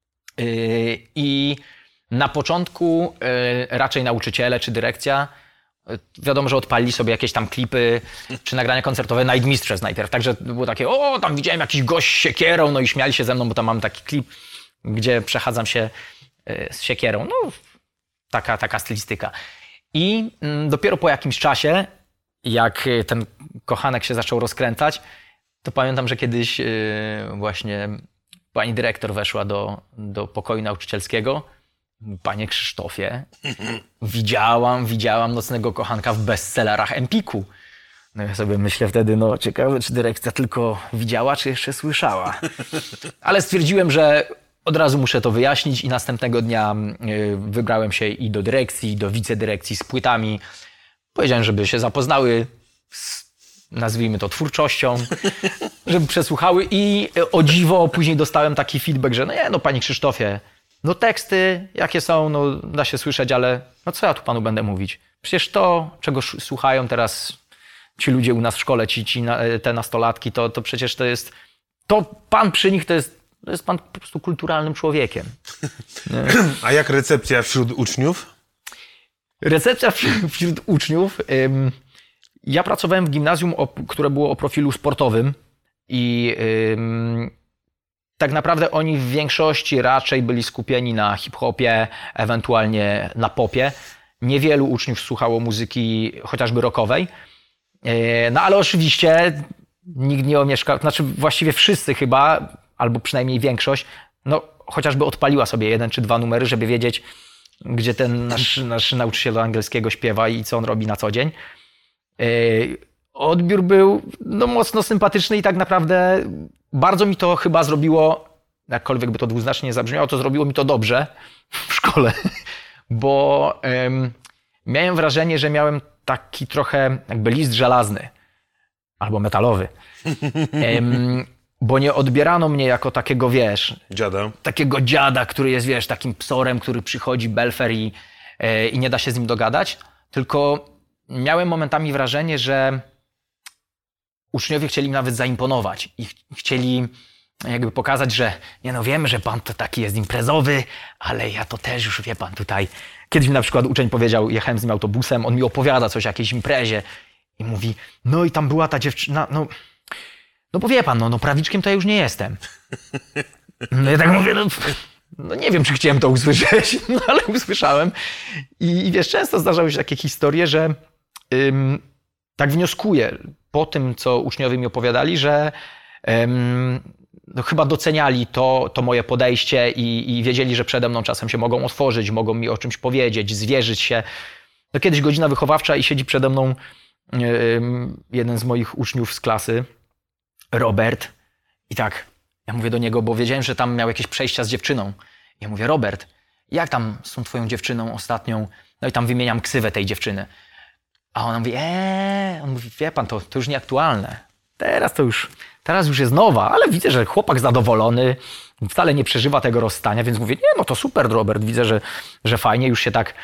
I na początku raczej nauczyciele czy dyrekcja, wiadomo, że odpalili sobie jakieś tam klipy czy nagrania koncertowe Night Mistress najpierw. Także było takie, tam widziałem jakiś gość z siekierą, no i śmiali się ze mną, bo tam mam taki klip, gdzie przechadzam się z siekierą. No, taka stylistyka. I dopiero po jakimś czasie, jak ten kochanek się zaczął rozkręcać, to pamiętam, że kiedyś właśnie pani dyrektor weszła do pokoju nauczycielskiego. Panie Krzysztofie, widziałam Nocnego Kochanka w bestsellerach Empiku. No ja sobie myślę wtedy, ciekawe, czy dyrekcja tylko widziała, czy jeszcze słyszała. Ale stwierdziłem, że od razu muszę to wyjaśnić i następnego dnia wybrałem się i do dyrekcji, i do wicedyrekcji z płytami. Powiedziałem, żeby się zapoznały z, nazwijmy to, twórczością, żeby przesłuchały i o dziwo później dostałem taki feedback, że panie Krzysztofie, teksty jakie są, da się słyszeć, ale co ja tu panu będę mówić? Przecież to, czego słuchają teraz ci ludzie u nas w szkole, te nastolatki, to przecież to pan przy nich to jest pan po prostu kulturalnym człowiekiem. A jak recepcja wśród uczniów? Recepcja wśród uczniów. Ja pracowałem w gimnazjum, które było o profilu sportowym i tak naprawdę oni w większości raczej byli skupieni na hip-hopie, ewentualnie na popie. Niewielu uczniów słuchało muzyki chociażby rockowej. Ale oczywiście nikt nie omieszkał, właściwie wszyscy chyba, albo przynajmniej większość, chociażby odpaliła sobie 1 czy 2 numery, żeby wiedzieć, gdzie ten nasz nauczyciel angielskiego śpiewa i co on robi na co dzień. Odbiór był mocno sympatyczny i tak naprawdę bardzo mi to chyba zrobiło, jakkolwiek by to dwuznacznie nie zabrzmiało, to zrobiło mi to dobrze w szkole, bo miałem wrażenie, że miałem taki trochę jakby list żelazny albo metalowy, bo nie odbierano mnie jako takiego, takiego dziada, który jest, takim psorem, który przychodzi, belfer i nie da się z nim dogadać, tylko miałem momentami wrażenie, że uczniowie chcieli mi nawet zaimponować i chcieli jakby pokazać, że wiemy, że pan to taki jest imprezowy, ale ja to też już, wie pan, tutaj... Kiedyś mi na przykład uczeń powiedział, jechałem z nim autobusem, on mi opowiada coś o jakiejś imprezie i mówi, i tam była ta dziewczyna, bo wie pan, prawiczkiem to ja już nie jestem. Ja tak mówię, nie wiem, czy chciałem to usłyszeć, ale usłyszałem. I często zdarzały się takie historie, że tak wnioskuję po tym, co uczniowie mi opowiadali, że chyba doceniali to moje podejście i wiedzieli, że przede mną czasem się mogą otworzyć, mogą mi o czymś powiedzieć, zwierzyć się. Kiedyś godzina wychowawcza i siedzi przede mną jeden z moich uczniów z klasy, Robert. I tak, ja mówię do niego, bo wiedziałem, że tam miał jakieś przejścia z dziewczyną. Ja mówię, Robert, jak tam z tą twoją dziewczyną ostatnią? I tam wymieniam ksywę tej dziewczyny. A ona mówi, on mówi, wie pan, to już nieaktualne. Teraz to już Teraz już jest nowa, ale widzę, że chłopak zadowolony, wcale nie przeżywa tego rozstania, więc mówię, nie, no to super, Robert, widzę, że fajnie, już się tak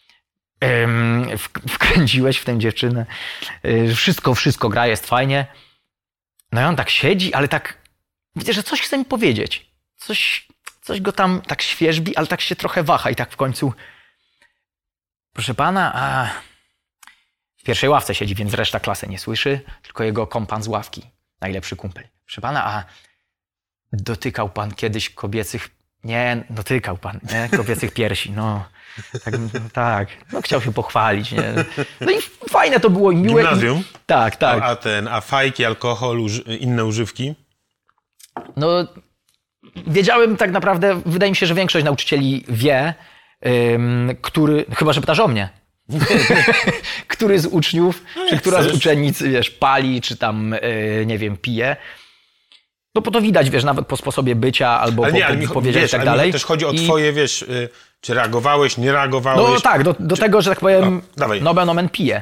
wkręciłeś w tę dziewczynę. Wszystko gra, jest fajnie. No i on tak siedzi, ale tak widzę, że coś chce mi powiedzieć. Coś go tam tak świerzbi, ale tak się trochę waha i tak w końcu proszę pana, a w pierwszej ławce siedzi, więc reszta klasy nie słyszy, tylko jego kompan z ławki, najlepszy kumpel. Proszę pana, a dotykał pan kiedyś kobiecych... Nie, dotykał pan, nie? Kobiecych piersi, no. Tak, no chciał się pochwalić, nie? No i fajne to było i miłe. Gimnazjum? Tak. A fajki, alkohol, inne używki? No, wiedziałem tak naprawdę, wydaje mi się, że większość nauczycieli wie, chyba że pytasz o mnie, który z uczniów, czy która z uczennic, wiesz, pali, czy tam, nie wiem, pije. No bo to widać, wiesz, nawet po sposobie bycia albo po powiedziach i tak dalej. Ale też chodzi o twoje, wiesz, czy reagowałeś, nie reagowałeś? No tak, do tego, że tak powiem, nomen omen piję.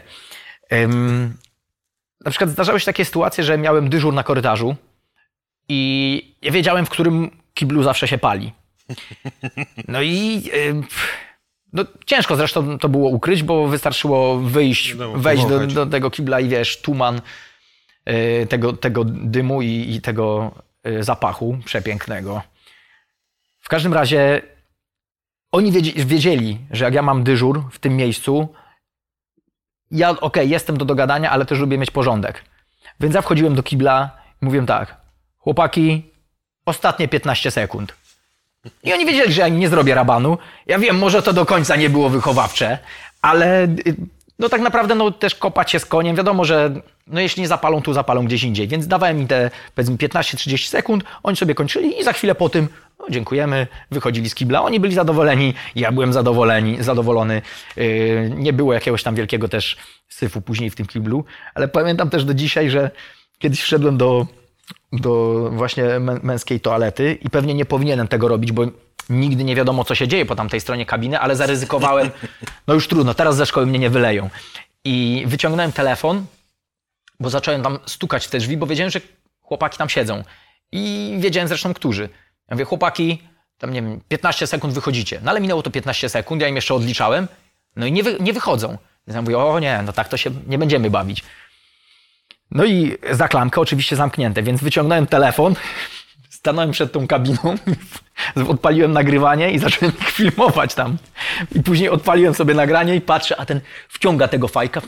Na przykład zdarzały się takie sytuacje, że miałem dyżur na korytarzu i ja wiedziałem, w którym kiblu zawsze się pali. No i no, ciężko zresztą to było ukryć, bo wystarczyło wejść do tego kibla i wiesz, tuman tego dymu i tego zapachu przepięknego. W każdym razie oni wiedzieli, że jak ja mam dyżur w tym miejscu, ja jestem do dogadania, ale też lubię mieć porządek. Więc ja wchodziłem do kibla i mówiłem tak, chłopaki, ostatnie 15 sekund. I oni wiedzieli, że ja nie zrobię rabanu. Ja wiem, może to do końca nie było wychowawcze, ale no tak naprawdę no, też kopać się z koniem. Wiadomo, że no, jeśli nie zapalą, to zapalą gdzieś indziej. Więc dawałem im te powiedzmy 15-30 sekund, oni sobie kończyli i za chwilę po tym no, dziękujemy, wychodzili z kibla. Oni byli zadowoleni, ja byłem zadowolony. Nie było jakiegoś tam wielkiego też syfu później w tym kiblu, ale pamiętam też do dzisiaj, że kiedyś wszedłem do właśnie męskiej toalety i pewnie nie powinienem tego robić, bo nigdy nie wiadomo, co się dzieje po tamtej stronie kabiny, ale zaryzykowałem, no już trudno, teraz ze szkoły mnie nie wyleją. I wyciągnąłem telefon, bo zacząłem tam stukać w te drzwi, bo wiedziałem, że chłopaki tam siedzą. I wiedziałem zresztą, którzy. Ja mówię, chłopaki, tam nie wiem, 15 sekund wychodzicie. No ale minęło to 15 sekund, ja im jeszcze odliczałem, no i nie wychodzą. Więc ja mówię, o nie, no tak to się nie będziemy bawić. No i za klamkę oczywiście zamknięte, więc wyciągnąłem telefon, stanąłem przed tą kabiną, odpaliłem nagrywanie i zacząłem ich filmować tam. I później odpaliłem sobie nagranie i patrzę, a ten wciąga tego fajka,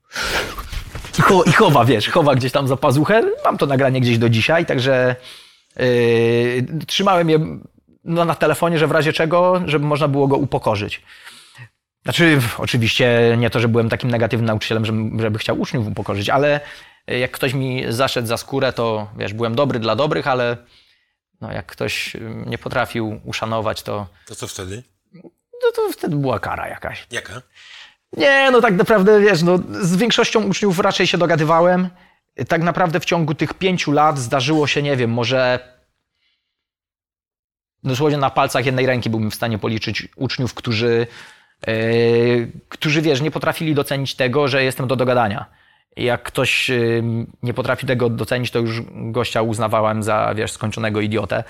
i chowa gdzieś tam za pazuchę. Mam to nagranie gdzieś do dzisiaj, także trzymałem je na telefonie, że w razie czego, żeby można było go upokorzyć. Znaczy, oczywiście nie to, że byłem takim negatywnym nauczycielem, żeby chciał uczniów upokorzyć, ale jak ktoś mi zaszedł za skórę, to wiesz, byłem dobry dla dobrych, ale no, jak ktoś nie potrafił uszanować, to... To co wtedy? No to wtedy była kara jakaś. Jaka? Nie, no tak naprawdę, wiesz, no, z większością uczniów raczej się dogadywałem. Tak naprawdę w ciągu tych 5 lat zdarzyło się, nie wiem, może dosłownie na palcach jednej ręki byłbym w stanie policzyć uczniów, którzy wiesz, nie potrafili docenić tego, że jestem do dogadania. Jak ktoś nie potrafi tego docenić, to już gościa uznawałem za, wiesz, skończonego idiotę.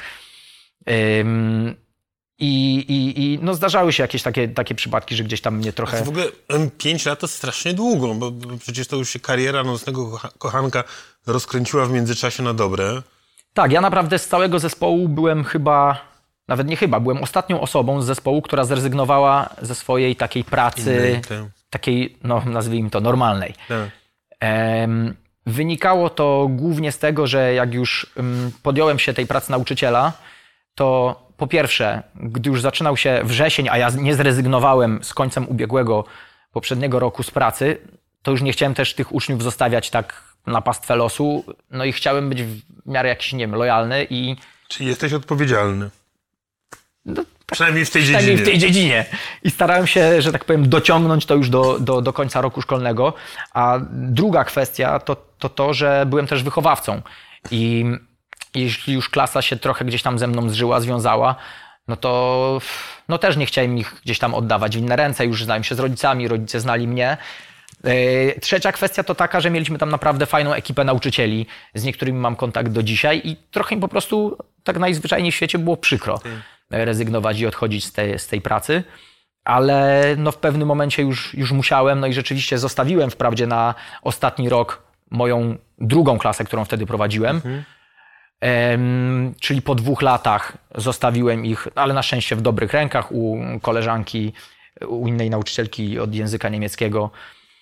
I no zdarzały się jakieś takie przypadki, że gdzieś tam mnie trochę... A w ogóle 5 lat to strasznie długo, bo przecież to już się kariera nocnego kochanka rozkręciła w międzyczasie na dobre. Tak, ja naprawdę z całego zespołu byłem byłem ostatnią osobą z zespołu, która zrezygnowała ze swojej takiej pracy, takiej, no nazwijmy to, normalnej. Tak. Wynikało to głównie z tego, że jak już podjąłem się tej pracy nauczyciela, to po pierwsze, gdy już zaczynał się wrzesień, a ja nie zrezygnowałem z końcem poprzedniego roku z pracy, to już nie chciałem też tych uczniów zostawiać tak na pastwę losu, no i chciałem być w miarę jakiś, nie wiem, lojalny i... Czyli jesteś odpowiedzialny. No, przynajmniej w tej dziedzinie. I starałem się, że tak powiem, dociągnąć to już do końca roku szkolnego. A druga kwestia to, że byłem też wychowawcą. I jeśli już klasa się trochę gdzieś tam ze mną związała, no to też nie chciałem ich gdzieś tam oddawać w inne ręce. Już znałem się z rodzicami, rodzice znali mnie. Trzecia kwestia to taka, że mieliśmy tam naprawdę fajną ekipę nauczycieli. Z niektórymi mam kontakt do dzisiaj i trochę mi po prostu tak najzwyczajniej w świecie było przykro rezygnować i odchodzić z tej pracy. Ale no w pewnym momencie już musiałem, no i rzeczywiście zostawiłem wprawdzie na ostatni rok moją drugą klasę, którą wtedy prowadziłem. Czyli po 2 latach zostawiłem ich, ale na szczęście w dobrych rękach u koleżanki, u innej nauczycielki od języka niemieckiego.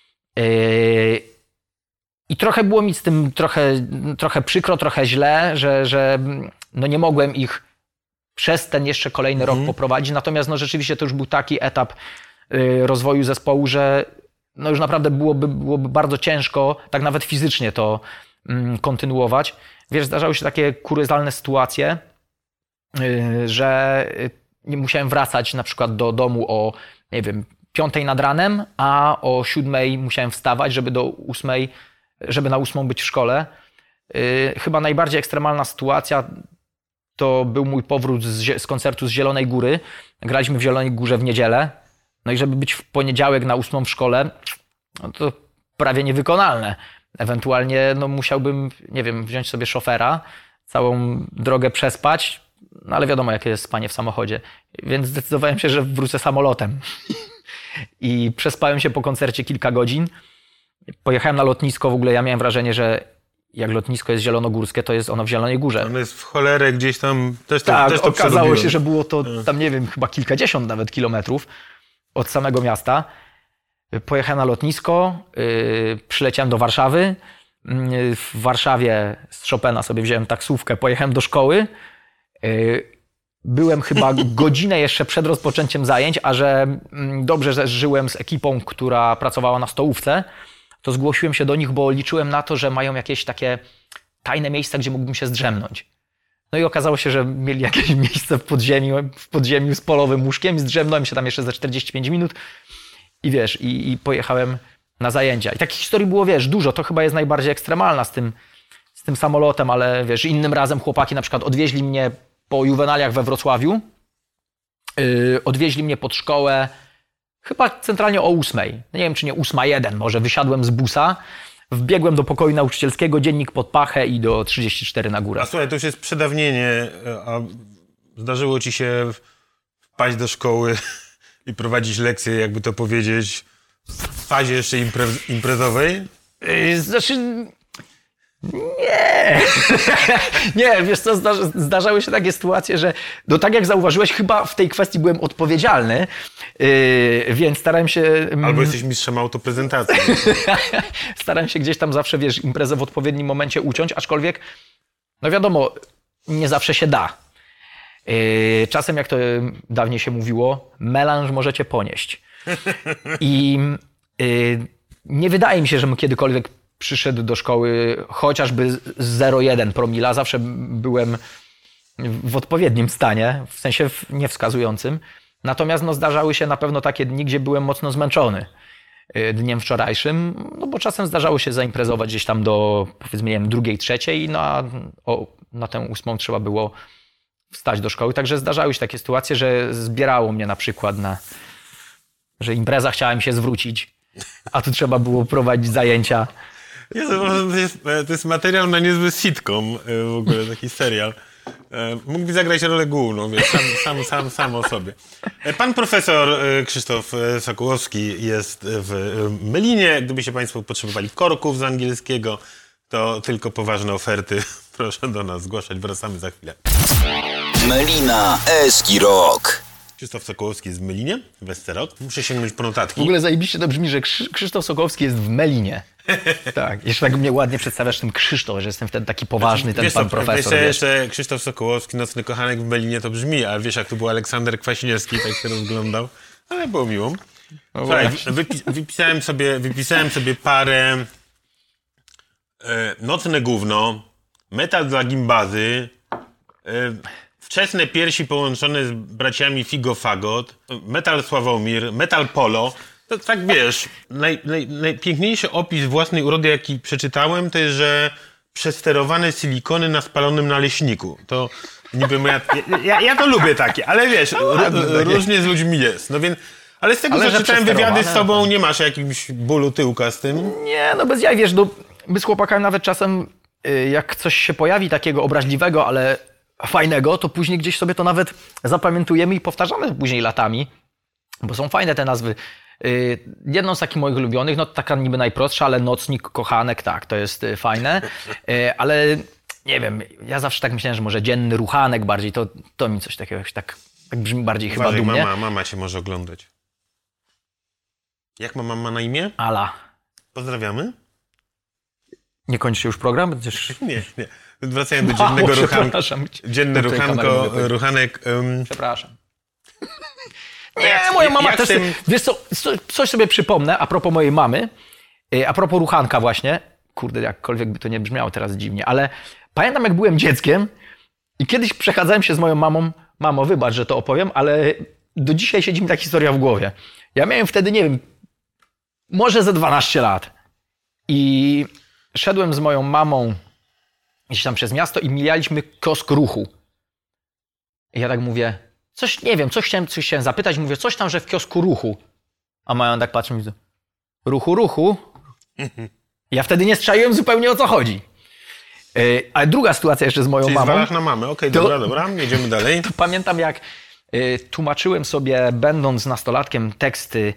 I trochę było mi z tym trochę przykro, trochę źle, że no nie mogłem ich przez ten jeszcze kolejny rok poprowadzić. Natomiast no rzeczywiście to już był taki etap rozwoju zespołu, że no już naprawdę byłoby bardzo ciężko, tak nawet fizycznie to kontynuować. Wiesz, zdarzały się takie kuriozalne sytuacje, że nie musiałem wracać na przykład do domu o, nie wiem, 5 nad ranem, a o 7 musiałem wstawać, żeby na 8 być w szkole. Chyba najbardziej ekstremalna sytuacja to był mój powrót z koncertu z Zielonej Góry. Graliśmy w Zielonej Górze w niedzielę. No i żeby być w poniedziałek na 8 w szkole, no to prawie niewykonalne. Ewentualnie no musiałbym, nie wiem, wziąć sobie szofera, całą drogę przespać, no ale wiadomo, jakie jest spanie w samochodzie. Więc zdecydowałem się, że wrócę samolotem. I przespałem się po koncercie kilka godzin. Pojechałem na lotnisko, w ogóle ja miałem wrażenie, że jak lotnisko jest zielonogórskie, to jest ono w Zielonej Górze. Ono jest w cholerę gdzieś tam, też to okazało przerobiłem. się, że było to tam, nie wiem, chyba kilkadziesiąt nawet kilometrów od samego miasta. Pojechałem na lotnisko, przyleciałem do Warszawy. W Warszawie z Chopina sobie wziąłem taksówkę, pojechałem do szkoły. Byłem chyba godzinę jeszcze przed rozpoczęciem zajęć, a że dobrze, że żyłem z ekipą, która pracowała na stołówce, to zgłosiłem się do nich, bo liczyłem na to, że mają jakieś takie tajne miejsca, gdzie mógłbym się zdrzemnąć. No i okazało się, że mieli jakieś miejsce w podziemiu z polowym łóżkiem i zdrzemnąłem się tam jeszcze za 45 minut i wiesz, i pojechałem na zajęcia. I takich historii było, wiesz, dużo. To chyba jest najbardziej ekstremalna z tym samolotem, ale wiesz, innym razem chłopaki na przykład odwieźli mnie po juwenaliach we Wrocławiu, odwieźli mnie pod szkołę chyba centralnie o 8. Nie wiem, czy nie 8:01, może wysiadłem z busa, wbiegłem do pokoju nauczycielskiego, dziennik pod pachę i do 34 na górę. A słuchaj, to już jest przedawnienie, a zdarzyło ci się wpaść do szkoły i prowadzić lekcje, jakby to powiedzieć, w fazie jeszcze imprezowej? Znaczy... Nie. Nie, wiesz co, zdarzały się takie sytuacje, że no tak jak zauważyłeś, chyba w tej kwestii byłem odpowiedzialny, więc starałem się... Albo jesteś mistrzem autoprezentacji. Starałem się gdzieś tam zawsze, wiesz, imprezę w odpowiednim momencie uciąć, aczkolwiek, no wiadomo, nie zawsze się da. Czasem, jak to dawniej się mówiło, melanż możecie ponieść. I nie wydaje mi się, żebym kiedykolwiek przyszedł do szkoły chociażby 0,1 promila. Zawsze byłem w odpowiednim stanie, w sensie niewskazującym. Natomiast no, zdarzały się na pewno takie dni, gdzie byłem mocno zmęczony dniem wczorajszym, no bo czasem zdarzało się zaimprezować gdzieś tam do, powiedzmy, nie wiem, 2, 3, no a na tę 8 trzeba było wstać do szkoły. Także zdarzały się takie sytuacje, że zbierało mnie na przykład że impreza chciała mi się zwrócić, a tu trzeba było prowadzić zajęcia. To jest materiał na niezły sitcom, w ogóle taki serial. Mógłby zagrać rolę główną, więc sam o sobie. Pan profesor Krzysztof Sokołowski jest w Melinie. Gdybyście państwo potrzebowali korków z angielskiego, to tylko poważne oferty proszę do nas zgłaszać. Wracamy za chwilę. Melina Eski Rock. Krzysztof Sokołowski jest w Melinie, w Escerok. Muszę sięgnąć po notatki. W ogóle zajebiście to brzmi, że Krzysztof Sokołowski jest w Melinie. Tak, jeszcze tak mnie ładnie przedstawiasz ten Krzysztof, że jestem wtedy taki poważny, ten pan profesor. Jeszcze Krzysztof Sokołowski, nocny kochanek w Melinie to brzmi, a wiesz jak tu był Aleksander Kwaśniewski, tak się rozglądał, ale było miło. Słuchaj, wypisałem sobie parę Nocne gówno, Metal dla gimbazy, Wczesne piersi połączone z braciami Figo Fagot, Metal Sławomir, Metal Polo. To tak wiesz, najpiękniejszy opis własnej urody, jaki przeczytałem, to jest, że przesterowane silikony na spalonym naleśniku. To niby moja... Ja to lubię takie, ale wiesz, różnie z ludźmi jest. No więc, Ale z tego, Ale co że czytałem wywiady z przesterowane, tobą, nie masz jakiegoś bólu tyłka z tym? Nie, no bez jaj, wiesz, no, my z chłopakami nawet czasem, jak coś się pojawi takiego obraźliwego, ale fajnego, to później gdzieś sobie to nawet zapamiętujemy i powtarzamy później latami, bo są fajne te nazwy. Jedną z takich moich ulubionych, no taka niby najprostsza, ale nocnik, kochanek, tak, to jest fajne, ale nie wiem, ja zawsze tak myślałem, że może dzienny ruchanek bardziej, to mi coś takiego jakoś tak brzmi bardziej chyba Uważaj, dumnie. mama cię może oglądać. Jak ma mama na imię? Ala. Pozdrawiamy. Nie kończy się już program? Przecież... Nie. Wracając do dziennego ruchanka. Przepraszam. Dzienny Do tej kamery mówię. ruchanek. Przepraszam. Nie, moja mama też... Wiesz co, coś sobie przypomnę a propos mojej mamy, a propos ruchanka właśnie. Kurde, jakkolwiek by to nie brzmiało teraz dziwnie, ale pamiętam jak byłem dzieckiem i kiedyś przechadzałem się z moją mamą. Mamo, wybacz, że to opowiem, ale do dzisiaj siedzi mi ta historia w głowie. Ja miałem wtedy, nie wiem, może ze 12 lat. I szedłem z moją mamą gdzieś tam przez miasto i mijaliśmy kiosk Ruchu. I ja tak mówię, nie wiem, coś chciałem zapytać, mówię, coś tam, że w kiosku Ruchu. A mają tak patrzy mi, Ruchu. Ja wtedy nie strzeliłem zupełnie o co chodzi. Ale druga sytuacja jeszcze z moją Czyli mamą. zwalasz na mamę. Okej, dobra, jedziemy dalej. To pamiętam jak tłumaczyłem sobie, będąc nastolatkiem, teksty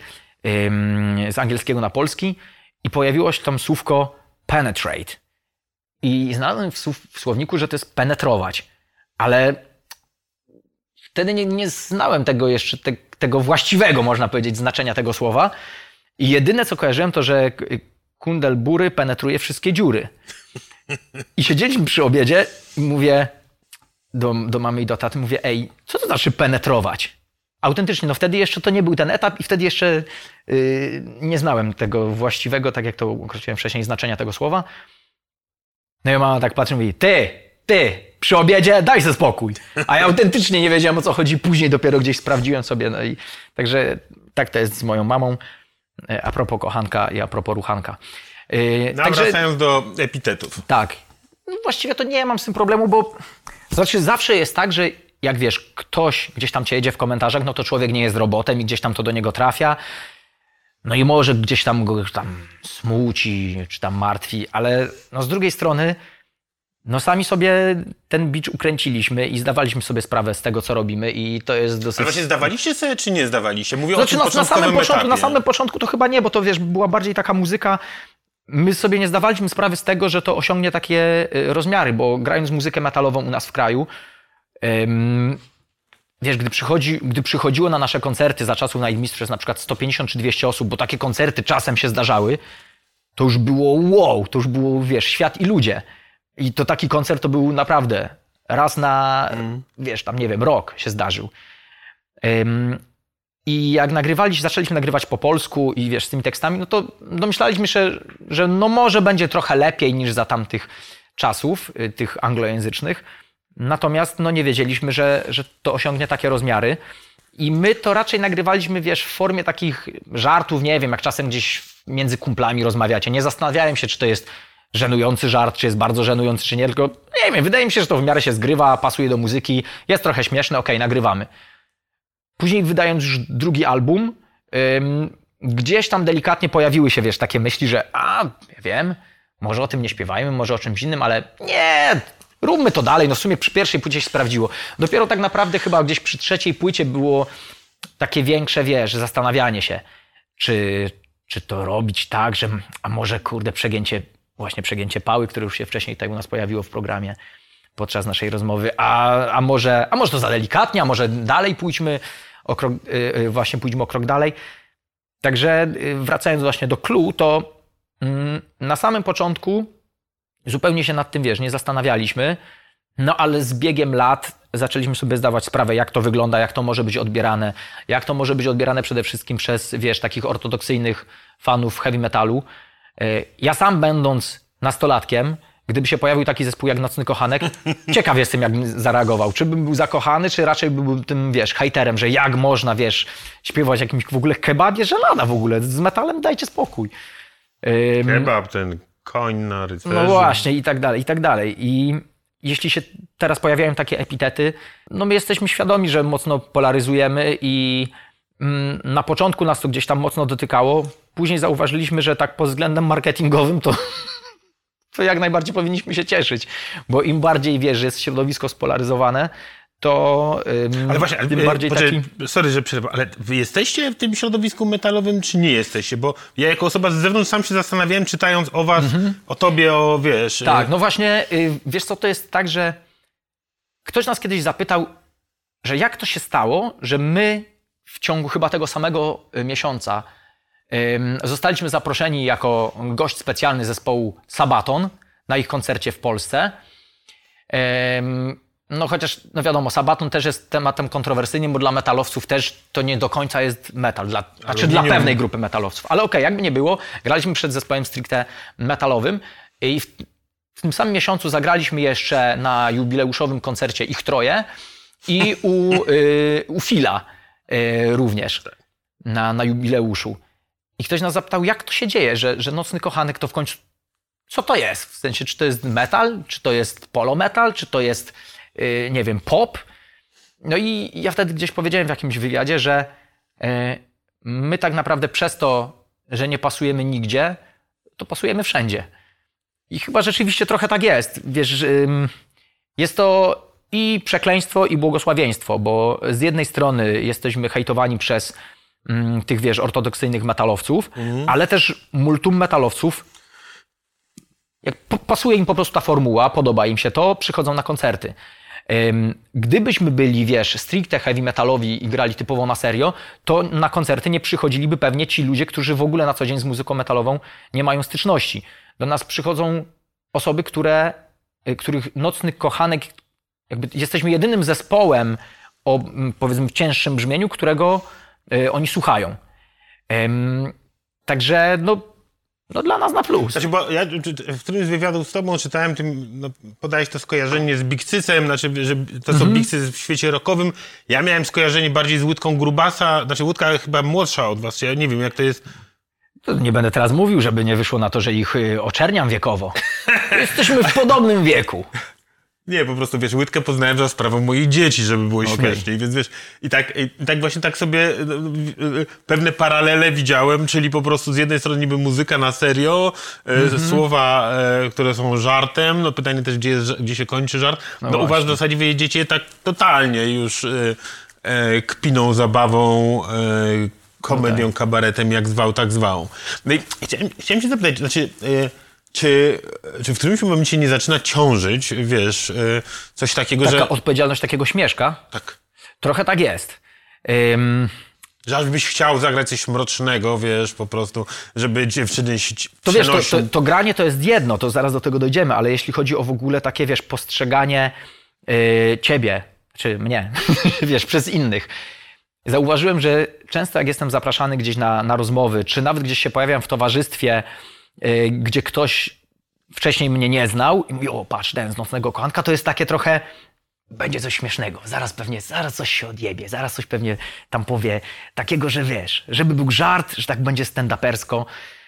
z angielskiego na polski i pojawiło się tam słówko penetrate. I znalazłem w słowniku, że to jest penetrować. Ale wtedy nie znałem tego jeszcze, tego właściwego, można powiedzieć, znaczenia tego słowa. I jedyne, co kojarzyłem, to, że kundel bury penetruje wszystkie dziury. I siedzieliśmy przy obiedzie i mówię do mamy i do taty, mówię, ej, co to znaczy penetrować? Autentycznie, no wtedy jeszcze to nie był ten etap i wtedy jeszcze nie znałem tego właściwego, tak jak to określiłem wcześniej, znaczenia tego słowa. No i mama tak patrzy i mówi, ty, przy obiedzie daj sobie spokój. A ja autentycznie nie wiedziałem, o co chodzi. Później dopiero gdzieś sprawdziłem sobie. No i także tak to jest z moją mamą. A propos kochanka i a propos ruchanka. Także wracając do epitetów. Tak. No właściwie to nie mam z tym problemu, bo znaczy zawsze jest tak, że jak wiesz, ktoś gdzieś tam cię jedzie w komentarzach, no to człowiek nie jest robotem i gdzieś tam to do niego trafia. No i może gdzieś tam go smuci, czy tam martwi, ale no z drugiej strony no sami sobie ten bicz ukręciliśmy i zdawaliśmy sobie sprawę z tego, co robimy i to jest dosyć... Ale właśnie zdawaliście sobie, czy nie zdawaliście? Mówię Znaczy, o tym początkowym etapie. na samym początku to chyba nie, bo to wiesz, była bardziej taka muzyka. My sobie nie zdawaliśmy sprawy z tego, że to osiągnie takie rozmiary, bo grając muzykę metalową u nas w kraju, wiesz, gdy przychodziło na nasze koncerty za czasów Nightmistrzów na przykład 150 czy 200 osób, bo takie koncerty czasem się zdarzały, to już było wow, to już było, wiesz, świat i ludzie. I to taki koncert to był naprawdę raz na, wiesz, tam nie wiem, rok się zdarzył. I jak zaczęliśmy nagrywać po polsku i wiesz, z tymi tekstami, no to domyślaliśmy się, że no może będzie trochę lepiej niż za tamtych czasów, tych anglojęzycznych. Natomiast no nie wiedzieliśmy, że to osiągnie takie rozmiary. I my to raczej nagrywaliśmy, wiesz, w formie takich żartów, nie wiem, jak czasem gdzieś między kumplami rozmawiacie. Nie zastanawiałem się, czy to jest żenujący żart, czy jest bardzo żenujący, czy nie, tylko nie wiem, wydaje mi się, że to w miarę się zgrywa, pasuje do muzyki, jest trochę śmieszne, okej, nagrywamy. Później wydając już drugi album, gdzieś tam delikatnie pojawiły się, wiesz, takie myśli, że ja wiem, może o tym nie śpiewajmy, może o czymś innym, ale nie, róbmy to dalej. No w sumie przy pierwszej płycie się sprawdziło. Dopiero tak naprawdę chyba gdzieś przy trzeciej płycie było takie większe, wiesz, zastanawianie się, czy to robić tak, że a może kurde przegięcie Pały, które już się wcześniej tutaj u nas pojawiło w programie podczas naszej rozmowy, a może to za delikatnie, a może dalej pójdźmy o krok dalej. Także wracając właśnie do clue, to na samym początku zupełnie się nad tym, wiesz, nie zastanawialiśmy, no ale z biegiem lat zaczęliśmy sobie zdawać sprawę, jak to wygląda, jak to może być odbierane przede wszystkim przez, wiesz, takich ortodoksyjnych fanów heavy metalu. Ja sam będąc nastolatkiem, gdyby się pojawił taki zespół jak Nocny Kochanek, ciekaw jestem, jak bym zareagował. Czy bym był zakochany, czy raczej byłbym tym, wiesz, hejterem, że jak można, wiesz, śpiewać jakimś w ogóle kebabie, że nada w ogóle, z metalem dajcie spokój. Kebab, ten koń na rycerzu. No właśnie, i tak dalej, i tak dalej. I jeśli się teraz pojawiają takie epitety, no my jesteśmy świadomi, że mocno polaryzujemy i na początku nas to gdzieś tam mocno dotykało. Później zauważyliśmy, że tak pod względem marketingowym to jak najbardziej powinniśmy się cieszyć. Bo im bardziej, wiesz, że jest środowisko spolaryzowane, to ale właśnie, tym bardziej taki... Sorry, że przerwę, ale wy jesteście w tym środowisku metalowym, czy nie jesteście? Bo ja jako osoba z zewnątrz sam się zastanawiałem, czytając o was, o tobie, o wiesz... Tak, no właśnie, wiesz co, to jest tak, że ktoś nas kiedyś zapytał, że jak to się stało, że my w ciągu chyba tego samego miesiąca zostaliśmy zaproszeni jako gość specjalny zespołu Sabaton na ich koncercie w Polsce. No chociaż, no wiadomo, Sabaton też jest tematem kontrowersyjnym, bo dla metalowców też to nie do końca jest metal. Znaczy dla pewnej grupy metalowców. Ale okej, jakby nie było, graliśmy przed zespołem stricte metalowym i w tym samym miesiącu zagraliśmy jeszcze na jubileuszowym koncercie Ich Troje i u Fila również na jubileuszu. I ktoś nas zapytał, jak to się dzieje, że Nocny Kochanek to w końcu... Co to jest? W sensie, czy to jest metal, czy to jest polo metal, czy to jest, nie wiem, pop? No i ja wtedy gdzieś powiedziałem w jakimś wywiadzie, że my tak naprawdę przez to, że nie pasujemy nigdzie, to pasujemy wszędzie. I chyba rzeczywiście trochę tak jest. Wiesz, jest to i przekleństwo, i błogosławieństwo, bo z jednej strony jesteśmy hejtowani przez tych, wiesz, ortodoksyjnych metalowców, ale też multum metalowców, jak pasuje im po prostu ta formuła, podoba im się to, przychodzą na koncerty. Gdybyśmy byli, wiesz, stricte heavy metalowi i grali typowo na serio, to na koncerty nie przychodziliby pewnie ci ludzie, którzy w ogóle na co dzień z muzyką metalową nie mają styczności. Do nas przychodzą osoby, których Nocny Kochanek, jakby jesteśmy jedynym zespołem o, powiedzmy, cięższym brzmieniu, którego oni słuchają. Także no dla nas na plus. Znaczy, bo ja w którymś z wywiadów z tobą czytałem, podałeś to skojarzenie z Big Cycem, znaczy, że to są Big Cyc w świecie rockowym. Ja miałem skojarzenie bardziej z Łódką Grubasa, znaczy Łódka chyba młodsza od was, ja nie wiem jak to jest. To nie będę teraz mówił, żeby nie wyszło na to, że ich oczerniam wiekowo. Jesteśmy w podobnym wieku. Nie, po prostu, wiesz, Łydkę poznałem za sprawą moich dzieci, żeby było śmieszniej, więc wiesz, i tak właśnie tak sobie pewne paralele widziałem, czyli po prostu z jednej strony niby muzyka na serio, słowa, które są żartem, no pytanie też, gdzie się kończy żart, no u was w zasadzie wy jedziecie tak totalnie już kpiną, zabawą, komedią, kabaretem, jak zwał, tak zwał. No i chciałem się zapytać, znaczy... Czy w którymś momencie nie zaczyna ciążyć, wiesz, coś takiego, Taka odpowiedzialność takiego śmieszka? Tak. Trochę tak jest. Że aż byś chciał zagrać coś mrocznego, wiesz, po prostu, żeby dziewczyny się to wiesz, to granie to jest jedno, to zaraz do tego dojdziemy, ale jeśli chodzi o w ogóle takie, wiesz, postrzeganie ciebie, czy mnie, wiesz, przez innych. Zauważyłem, że często jak jestem zapraszany gdzieś na rozmowy, czy nawet gdzieś się pojawiam w towarzystwie, gdzie ktoś wcześniej mnie nie znał i mówi, o patrz, ten z Nocnego Kochanka, to jest takie trochę, będzie coś śmiesznego, zaraz coś się odjebie, zaraz coś pewnie tam powie, takiego, że wiesz, żeby był żart, że tak będzie stand-upersko.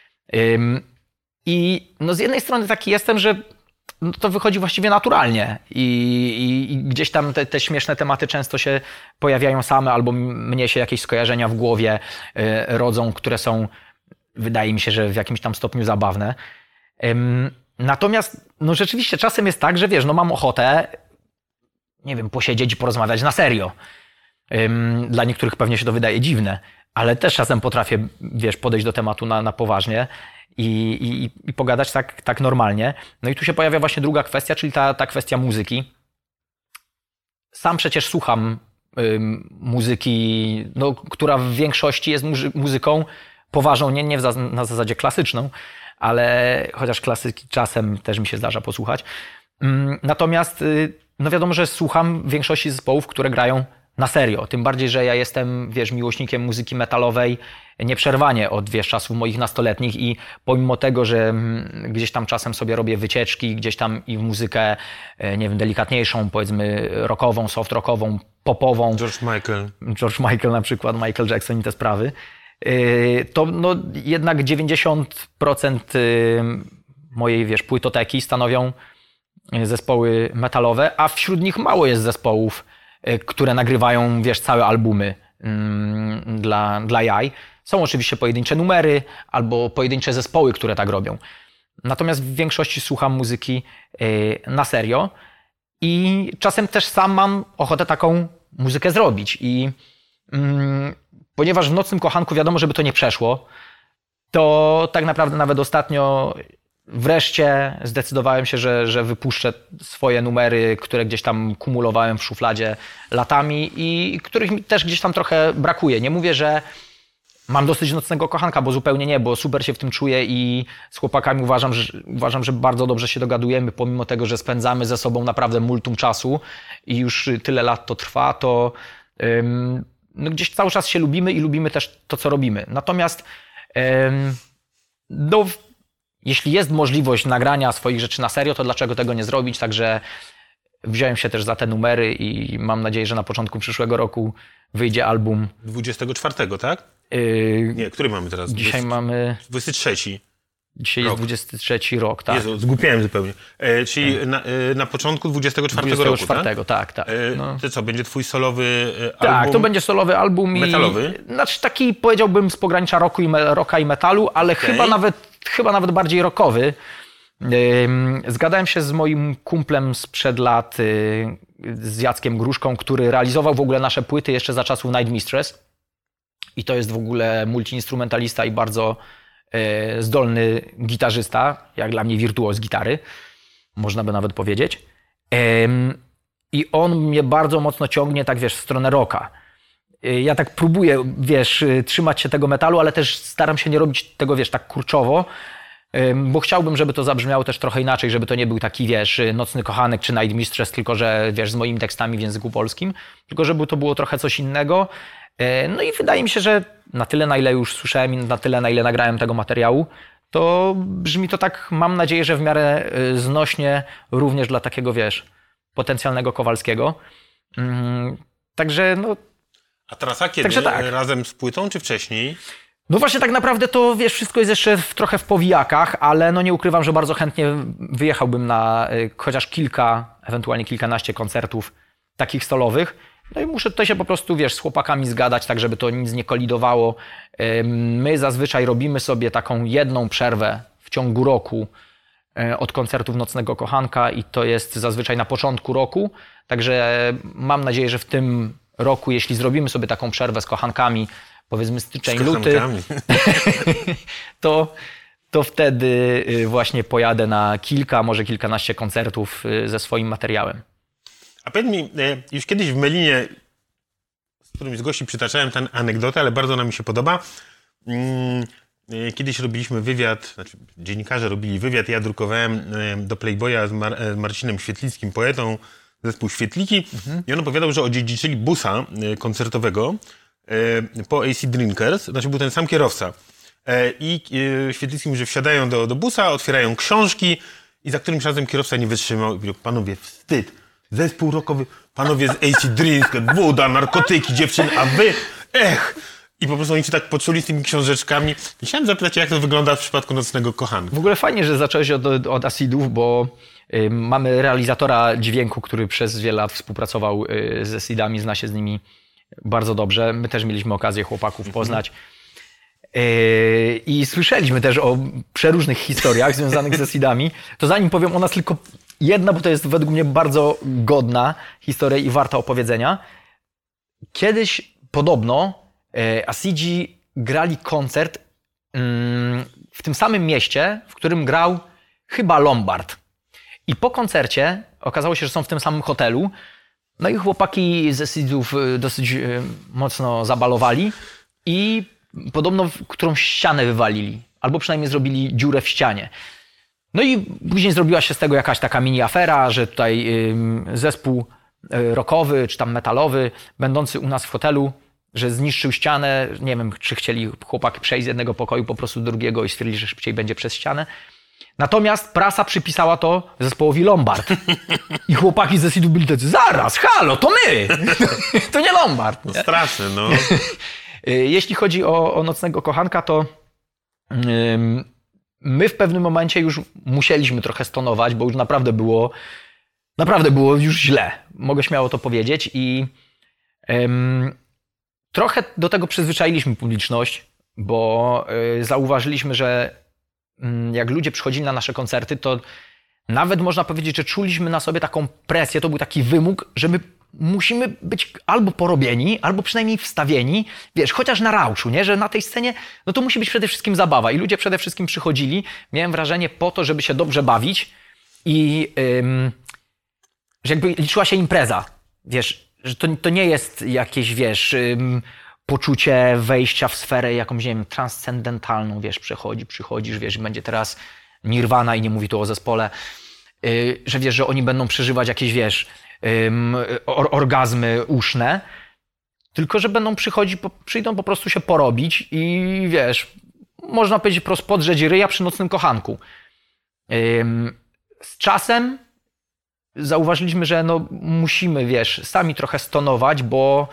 I no z jednej strony taki jestem, że no to wychodzi właściwie naturalnie i gdzieś tam te śmieszne tematy często się pojawiają same, albo mnie się jakieś skojarzenia w głowie rodzą, które są, wydaje mi się, że w jakimś tam stopniu zabawne. Natomiast no rzeczywiście czasem jest tak, że wiesz, no mam ochotę, nie wiem, posiedzieć i porozmawiać na serio. Dla niektórych pewnie się to wydaje dziwne, ale też czasem potrafię, wiesz, podejść do tematu na poważnie i pogadać tak normalnie. No i tu się pojawia właśnie druga kwestia, czyli ta kwestia muzyki. Sam przecież słucham muzyki, no, która w większości jest muzyką poważną, nie na zasadzie klasyczną, ale chociaż klasyki czasem też mi się zdarza posłuchać. Natomiast no wiadomo, że słucham większości zespołów, które grają na serio. Tym bardziej, że ja jestem, wiesz, miłośnikiem muzyki metalowej nieprzerwanie od, wiesz, czasów moich nastoletnich i pomimo tego, że gdzieś tam czasem sobie robię wycieczki, gdzieś tam i w muzykę, nie wiem, delikatniejszą, powiedzmy rockową, soft rockową, popową. George Michael na przykład, Michael Jackson i te sprawy. To no, jednak 90% mojej, wiesz, płytoteki stanowią zespoły metalowe, a wśród nich mało jest zespołów, które nagrywają, wiesz, całe albumy dla jaj. Są oczywiście pojedyncze numery albo pojedyncze zespoły, które tak robią. Natomiast w większości słucham muzyki na serio i czasem też sam mam ochotę taką muzykę zrobić. I ponieważ w Nocnym Kochanku wiadomo, żeby to nie przeszło, to tak naprawdę nawet ostatnio wreszcie zdecydowałem się, że wypuszczę swoje numery, które gdzieś tam kumulowałem w szufladzie latami i których mi też gdzieś tam trochę brakuje. Nie mówię, że mam dosyć Nocnego Kochanka, bo zupełnie nie, bo super się w tym czuję i z chłopakami uważam, że bardzo dobrze się dogadujemy, pomimo tego, że spędzamy ze sobą naprawdę multum czasu i już tyle lat to trwa, to no gdzieś cały czas się lubimy i lubimy też to, co robimy. Natomiast no, jeśli jest możliwość nagrania swoich rzeczy na serio, to dlaczego tego nie zrobić? Także wziąłem się też za te numery i mam nadzieję, że na początku przyszłego roku wyjdzie album. 24, tak? Nie, który mamy teraz? Dzisiaj mamy... 23. Dzisiaj jest 23 rok, tak? Jezu, zgłupiałem zupełnie. Czyli na początku 24 roku, tak? Tak. No. To co, będzie twój solowy album? Tak, to będzie solowy album. Metalowy? Znaczy taki, powiedziałbym, z pogranicza rocka i metalu, ale chyba nawet bardziej rockowy. Zgadałem się z moim kumplem sprzed lat, z Jackiem Gruszką, który realizował w ogóle nasze płyty jeszcze za czasów Night Mistress. I to jest w ogóle multiinstrumentalista i bardzo zdolny gitarzysta, jak dla mnie wirtuoz gitary, można by nawet powiedzieć. I on mnie bardzo mocno ciągnie, tak wiesz, w stronę rocka. Ja tak próbuję, wiesz, trzymać się tego metalu, ale też staram się nie robić tego, wiesz, tak kurczowo, bo chciałbym, żeby to zabrzmiało też trochę inaczej, żeby to nie był taki, wiesz, Nocny Kochanek czy Night Mistress, tylko że, wiesz, z moimi tekstami w języku polskim, tylko żeby to było trochę coś innego. No i wydaje mi się, że na tyle, na ile już słyszałem i na tyle, na ile nagrałem tego materiału, to brzmi to tak, mam nadzieję, że w miarę znośnie również dla takiego, wiesz, potencjalnego Kowalskiego. Także no... A trasa kiedy? Także tak. Razem z płytą czy wcześniej? No właśnie tak naprawdę to, wiesz, wszystko jest jeszcze trochę w powijakach, ale no nie ukrywam, że bardzo chętnie wyjechałbym na chociaż kilka, ewentualnie kilkanaście koncertów takich solowych. No i muszę tutaj się po prostu, wiesz, z chłopakami zgadać, tak żeby to nic nie kolidowało. My zazwyczaj robimy sobie taką jedną przerwę w ciągu roku od koncertów Nocnego Kochanka i to jest zazwyczaj na początku roku. Także mam nadzieję, że w tym roku, jeśli zrobimy sobie taką przerwę z kochankami, powiedzmy styczeń, luty, to wtedy właśnie pojadę na kilka, może kilkanaście koncertów ze swoim materiałem. A powiedz mi, już kiedyś w Melinie z którymś z gości przytaczałem tę anegdotę, ale bardzo ona mi się podoba. Kiedyś robiliśmy wywiad, znaczy dziennikarze robili wywiad, ja drukowałem do Playboya z Marcinem Świetlickim, poetą, zespół Świetliki i on opowiadał, że odziedziczyli busa koncertowego po AC Drinkers, znaczy był ten sam kierowca. I Świetlicki mówi, że wsiadają do busa, otwierają książki i za którymś razem kierowca nie wytrzymał i powiedział, panowie, wstyd, zespół rockowy, panowie z AC Drinkers, woda, narkotyki, dziewczyny, a wy, I po prostu oni się tak poczuli z tymi książeczkami. Chciałem zapytać, jak to wygląda w przypadku Nocnego Kochanka. W ogóle fajnie, że zacząłeś od Acidów, bo mamy realizatora dźwięku, który przez wiele lat współpracował z Acidami, zna się z nimi bardzo dobrze. My też mieliśmy okazję chłopaków poznać. I słyszeliśmy też o przeróżnych historiach związanych z Acidami. To zanim powiem o nas tylko jedna, bo to jest według mnie bardzo godna historia i warta opowiedzenia. Kiedyś podobno Acidzi grali koncert w tym samym mieście, w którym grał chyba Lombard. I po koncercie okazało się, że są w tym samym hotelu. No i chłopaki z Acidów dosyć mocno zabalowali i podobno którąś ścianę wywalili. Albo przynajmniej zrobili dziurę w ścianie. No i później zrobiła się z tego jakaś taka mini afera, że tutaj zespół rockowy czy tam metalowy, będący u nas w hotelu, że zniszczył ścianę. Nie wiem, czy chcieli chłopaki przejść z jednego pokoju po prostu do drugiego i stwierdzili, że szybciej będzie przez ścianę. Natomiast prasa przypisała to zespołowi Lombard. I chłopaki z Acidów byli tacy, zaraz, halo, to my! To nie Lombard. Nie? No straszne, no. Jeśli chodzi o Nocnego Kochanka, to my w pewnym momencie już musieliśmy trochę stonować, bo już naprawdę było już źle. Mogę śmiało to powiedzieć. I trochę do tego przyzwyczailiśmy publiczność, bo zauważyliśmy, że jak ludzie przychodzili na nasze koncerty, to nawet można powiedzieć, że czuliśmy na sobie taką presję, to był taki wymóg, że my musimy być albo porobieni, albo przynajmniej wstawieni, wiesz, chociaż na rauczu, nie? Że na tej scenie, no to musi być przede wszystkim zabawa i ludzie przede wszystkim przychodzili, miałem wrażenie, po to, żeby się dobrze bawić i że jakby liczyła się impreza, wiesz, że to nie jest jakieś, wiesz, poczucie wejścia w sferę jakąś, nie wiem, transcendentalną, wiesz, przychodzisz, wiesz, będzie teraz Nirvana i nie mówi tu o zespole, że wiesz, że oni będą przeżywać jakieś, wiesz, orgazmy uszne, tylko że przyjdą po prostu się porobić i wiesz, można powiedzieć podrzeć ryja przy nocnym kochanku. Z czasem zauważyliśmy, że no musimy, wiesz, sami trochę stonować, bo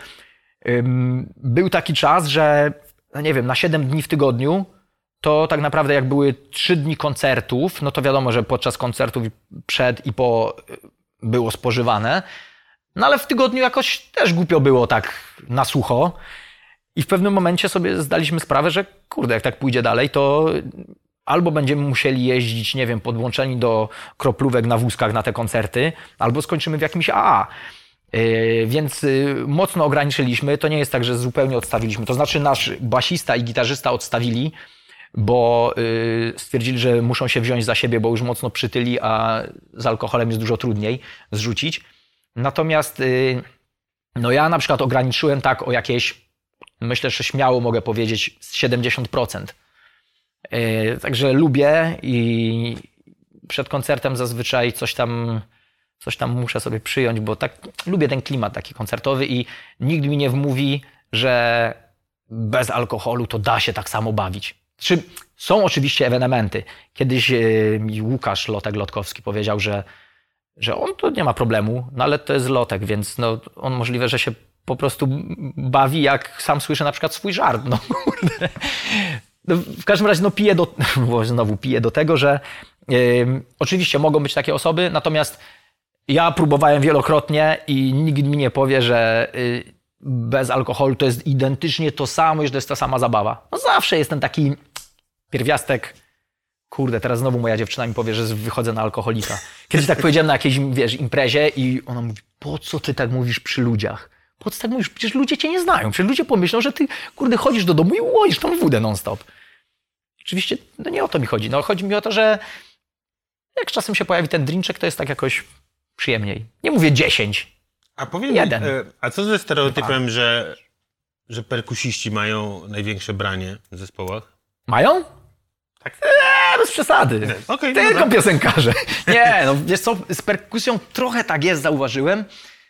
był taki czas, że nie wiem, na 7 dni w tygodniu to tak naprawdę jak były 3 dni koncertów, no to wiadomo, że podczas koncertów przed i po było spożywane, no ale w tygodniu jakoś też głupio było tak na sucho i w pewnym momencie sobie zdaliśmy sprawę, że kurde, jak tak pójdzie dalej, to albo będziemy musieli jeździć, nie wiem, podłączeni do kroplówek na wózkach na te koncerty, albo skończymy w jakimś AA. Więc mocno ograniczyliśmy. To nie jest tak, że zupełnie odstawiliśmy. To znaczy nasz basista i gitarzysta odstawili, bo stwierdzili, że muszą się wziąć za siebie, bo już mocno przytyli, a z alkoholem jest dużo trudniej zrzucić. Natomiast no ja na przykład ograniczyłem tak o jakieś, myślę, że śmiało mogę powiedzieć, z 70%. Także lubię i przed koncertem zazwyczaj coś tam muszę sobie przyjąć, bo tak lubię ten klimat taki koncertowy i nikt mi nie wmówi, że bez alkoholu to da się tak samo bawić. Są oczywiście ewenementy. Kiedyś mi Łukasz Lotek-Lotkowski powiedział, że on to nie ma problemu, no ale to jest Lotek, więc no, on możliwe, że się po prostu bawi, jak sam słyszy na przykład swój żart. No, kurde. No, w każdym razie no, piję do tego, że oczywiście mogą być takie osoby, natomiast ja próbowałem wielokrotnie i nikt mi nie powie, że bez alkoholu to jest identycznie to samo, że to jest ta sama zabawa. No zawsze jest ten taki pierwiastek, kurde, teraz znowu moja dziewczyna mi powie, że wychodzę na alkoholika. Kiedyś tak powiedziałem na jakiejś, wiesz, imprezie i ona mówi, po co ty tak mówisz przy ludziach? Po co tak mówisz? Przecież ludzie cię nie znają. Przecież ludzie pomyślą, że ty, kurde, chodzisz do domu i łoisz tą wódę non-stop. Oczywiście no nie o to mi chodzi. No chodzi mi o to, że jak czasem się pojawi ten drinczek, to jest tak jakoś przyjemniej. Nie mówię 10. A powiedz mi, a co ze stereotypem, że perkusiści mają największe branie w zespołach? Mają? Tak. Bez przesady. Okay, tylko dobra. Piosenkarze. Nie, no wiesz co, z perkusją trochę tak jest, zauważyłem.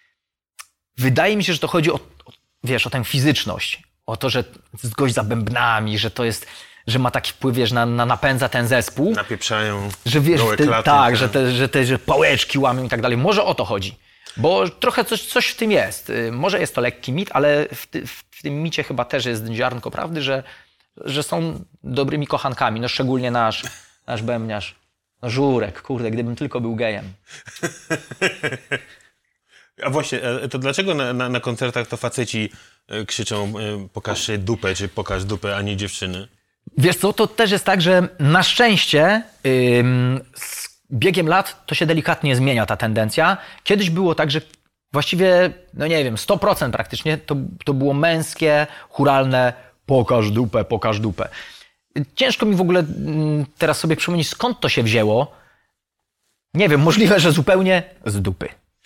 Wydaje mi się, że to chodzi o tę fizyczność. O to, że jest gość za bębnami, że to jest, że ma taki wpływ, wiesz, napędza ten zespół. Napieprzają że wiesz, gołe klaty. Tak, że pałeczki łamią i tak dalej. Może o to chodzi. Bo trochę coś w tym jest. Może jest to lekki mit, ale w tym micie chyba też jest ziarnko prawdy, że są dobrymi kochankami. No szczególnie nasz bębniarz. No Żurek, kurde, gdybym tylko był gejem. A właśnie, to dlaczego na koncertach to faceci krzyczą pokaż się dupę, czy pokaż dupę, a nie dziewczyny? Wiesz co, to też jest tak, że na szczęście z biegiem lat to się delikatnie zmienia ta tendencja. Kiedyś było tak, że właściwie, no nie wiem, 100% praktycznie to było męskie, chóralne pokaż dupę, pokaż dupę. Ciężko mi w ogóle teraz sobie przypomnieć, skąd to się wzięło. Nie wiem, możliwe, że zupełnie z dupy.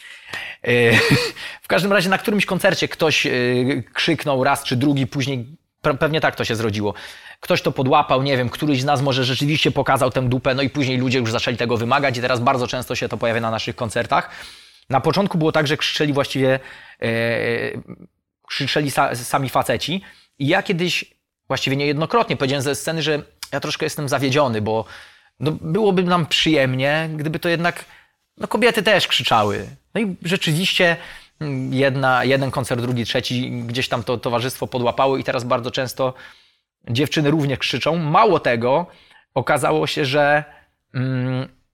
W każdym razie na którymś koncercie ktoś krzyknął raz czy drugi, później pewnie tak to się zrodziło. Ktoś to podłapał, nie wiem, któryś z nas może rzeczywiście pokazał tę dupę, no i później ludzie już zaczęli tego wymagać i teraz bardzo często się to pojawia na naszych koncertach. Na początku było tak, że krzyczeli właściwie sami faceci i ja kiedyś, właściwie niejednokrotnie powiedziałem ze sceny, że ja troszkę jestem zawiedziony, bo no, byłoby nam przyjemnie, gdyby to jednak no, kobiety też krzyczały. No i rzeczywiście jeden koncert, drugi, trzeci, gdzieś tam to towarzystwo podłapało i teraz bardzo często dziewczyny również krzyczą. Mało tego, okazało się, że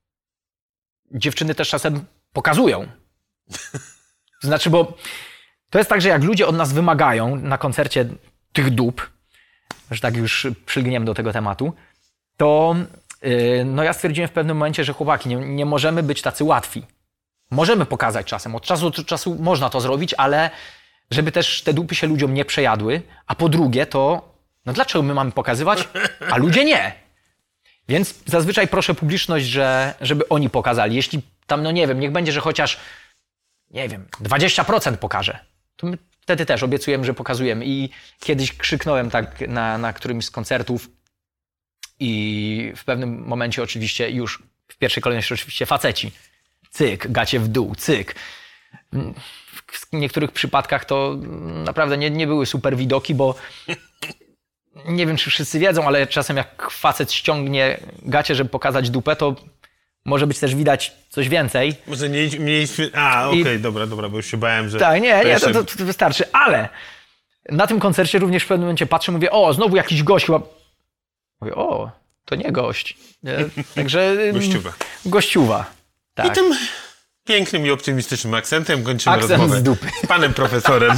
dziewczyny też czasem pokazują. To znaczy, bo To jest tak, że jak ludzie od nas wymagają na koncercie tych dup, że tak już przylgniemy do tego tematu, to no ja stwierdziłem w pewnym momencie, że chłopaki, nie możemy być tacy łatwi. Możemy pokazać czasem, od czasu do czasu można to zrobić, ale żeby też te dupy się ludziom nie przejadły, a po drugie to, no dlaczego my mamy pokazywać, a ludzie nie? Więc zazwyczaj proszę publiczność, żeby oni pokazali. Jeśli tam, no nie wiem, niech będzie, że chociaż, nie wiem, 20% pokaże, to my wtedy też obiecujemy, że pokazujemy. I kiedyś krzyknąłem tak na którymś z koncertów i w pewnym momencie oczywiście już, w pierwszej kolejności oczywiście faceci. Cyk, gacie w dół, cyk. W niektórych przypadkach to naprawdę nie były super widoki, bo nie wiem, czy wszyscy wiedzą, ale czasem jak facet ściągnie gacie, żeby pokazać dupę, to może być też widać coś więcej. Może nie mieliśmy... okej, dobra, bo już się bałem, że... Tak, to wystarczy, ale na tym koncercie również w pewnym momencie patrzę, mówię, znowu jakiś gość chyba... Mówię, to nie gość. Nie? Także... Gościuwa. Tak. I tym pięknym i optymistycznym akcentem kończymy Akcent rozmowę z dupy. z panem profesorem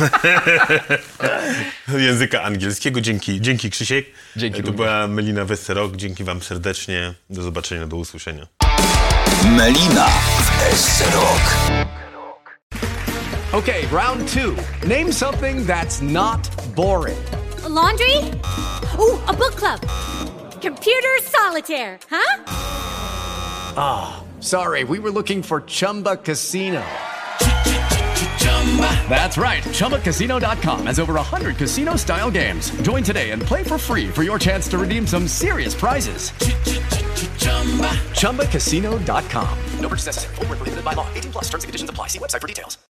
języka angielskiego. Dzięki Krzysiek. Dzięki to była Melina Westerok. Dzięki wam serdecznie. Do zobaczenia, do usłyszenia. Melina w SC Rock. Okay, round 2. Name something that's not boring. A laundry? Ooh, a book club. Computer solitaire, huh? Sorry, we were looking for Chumba Casino. That's right. ChumbaCasino.com has over 100 casino-style games. Join today and play for free for your chance to redeem some serious prizes. ChumbaCasino.com. No purchase necessary. Void where prohibited by law. 18+ terms and conditions apply. See website for details.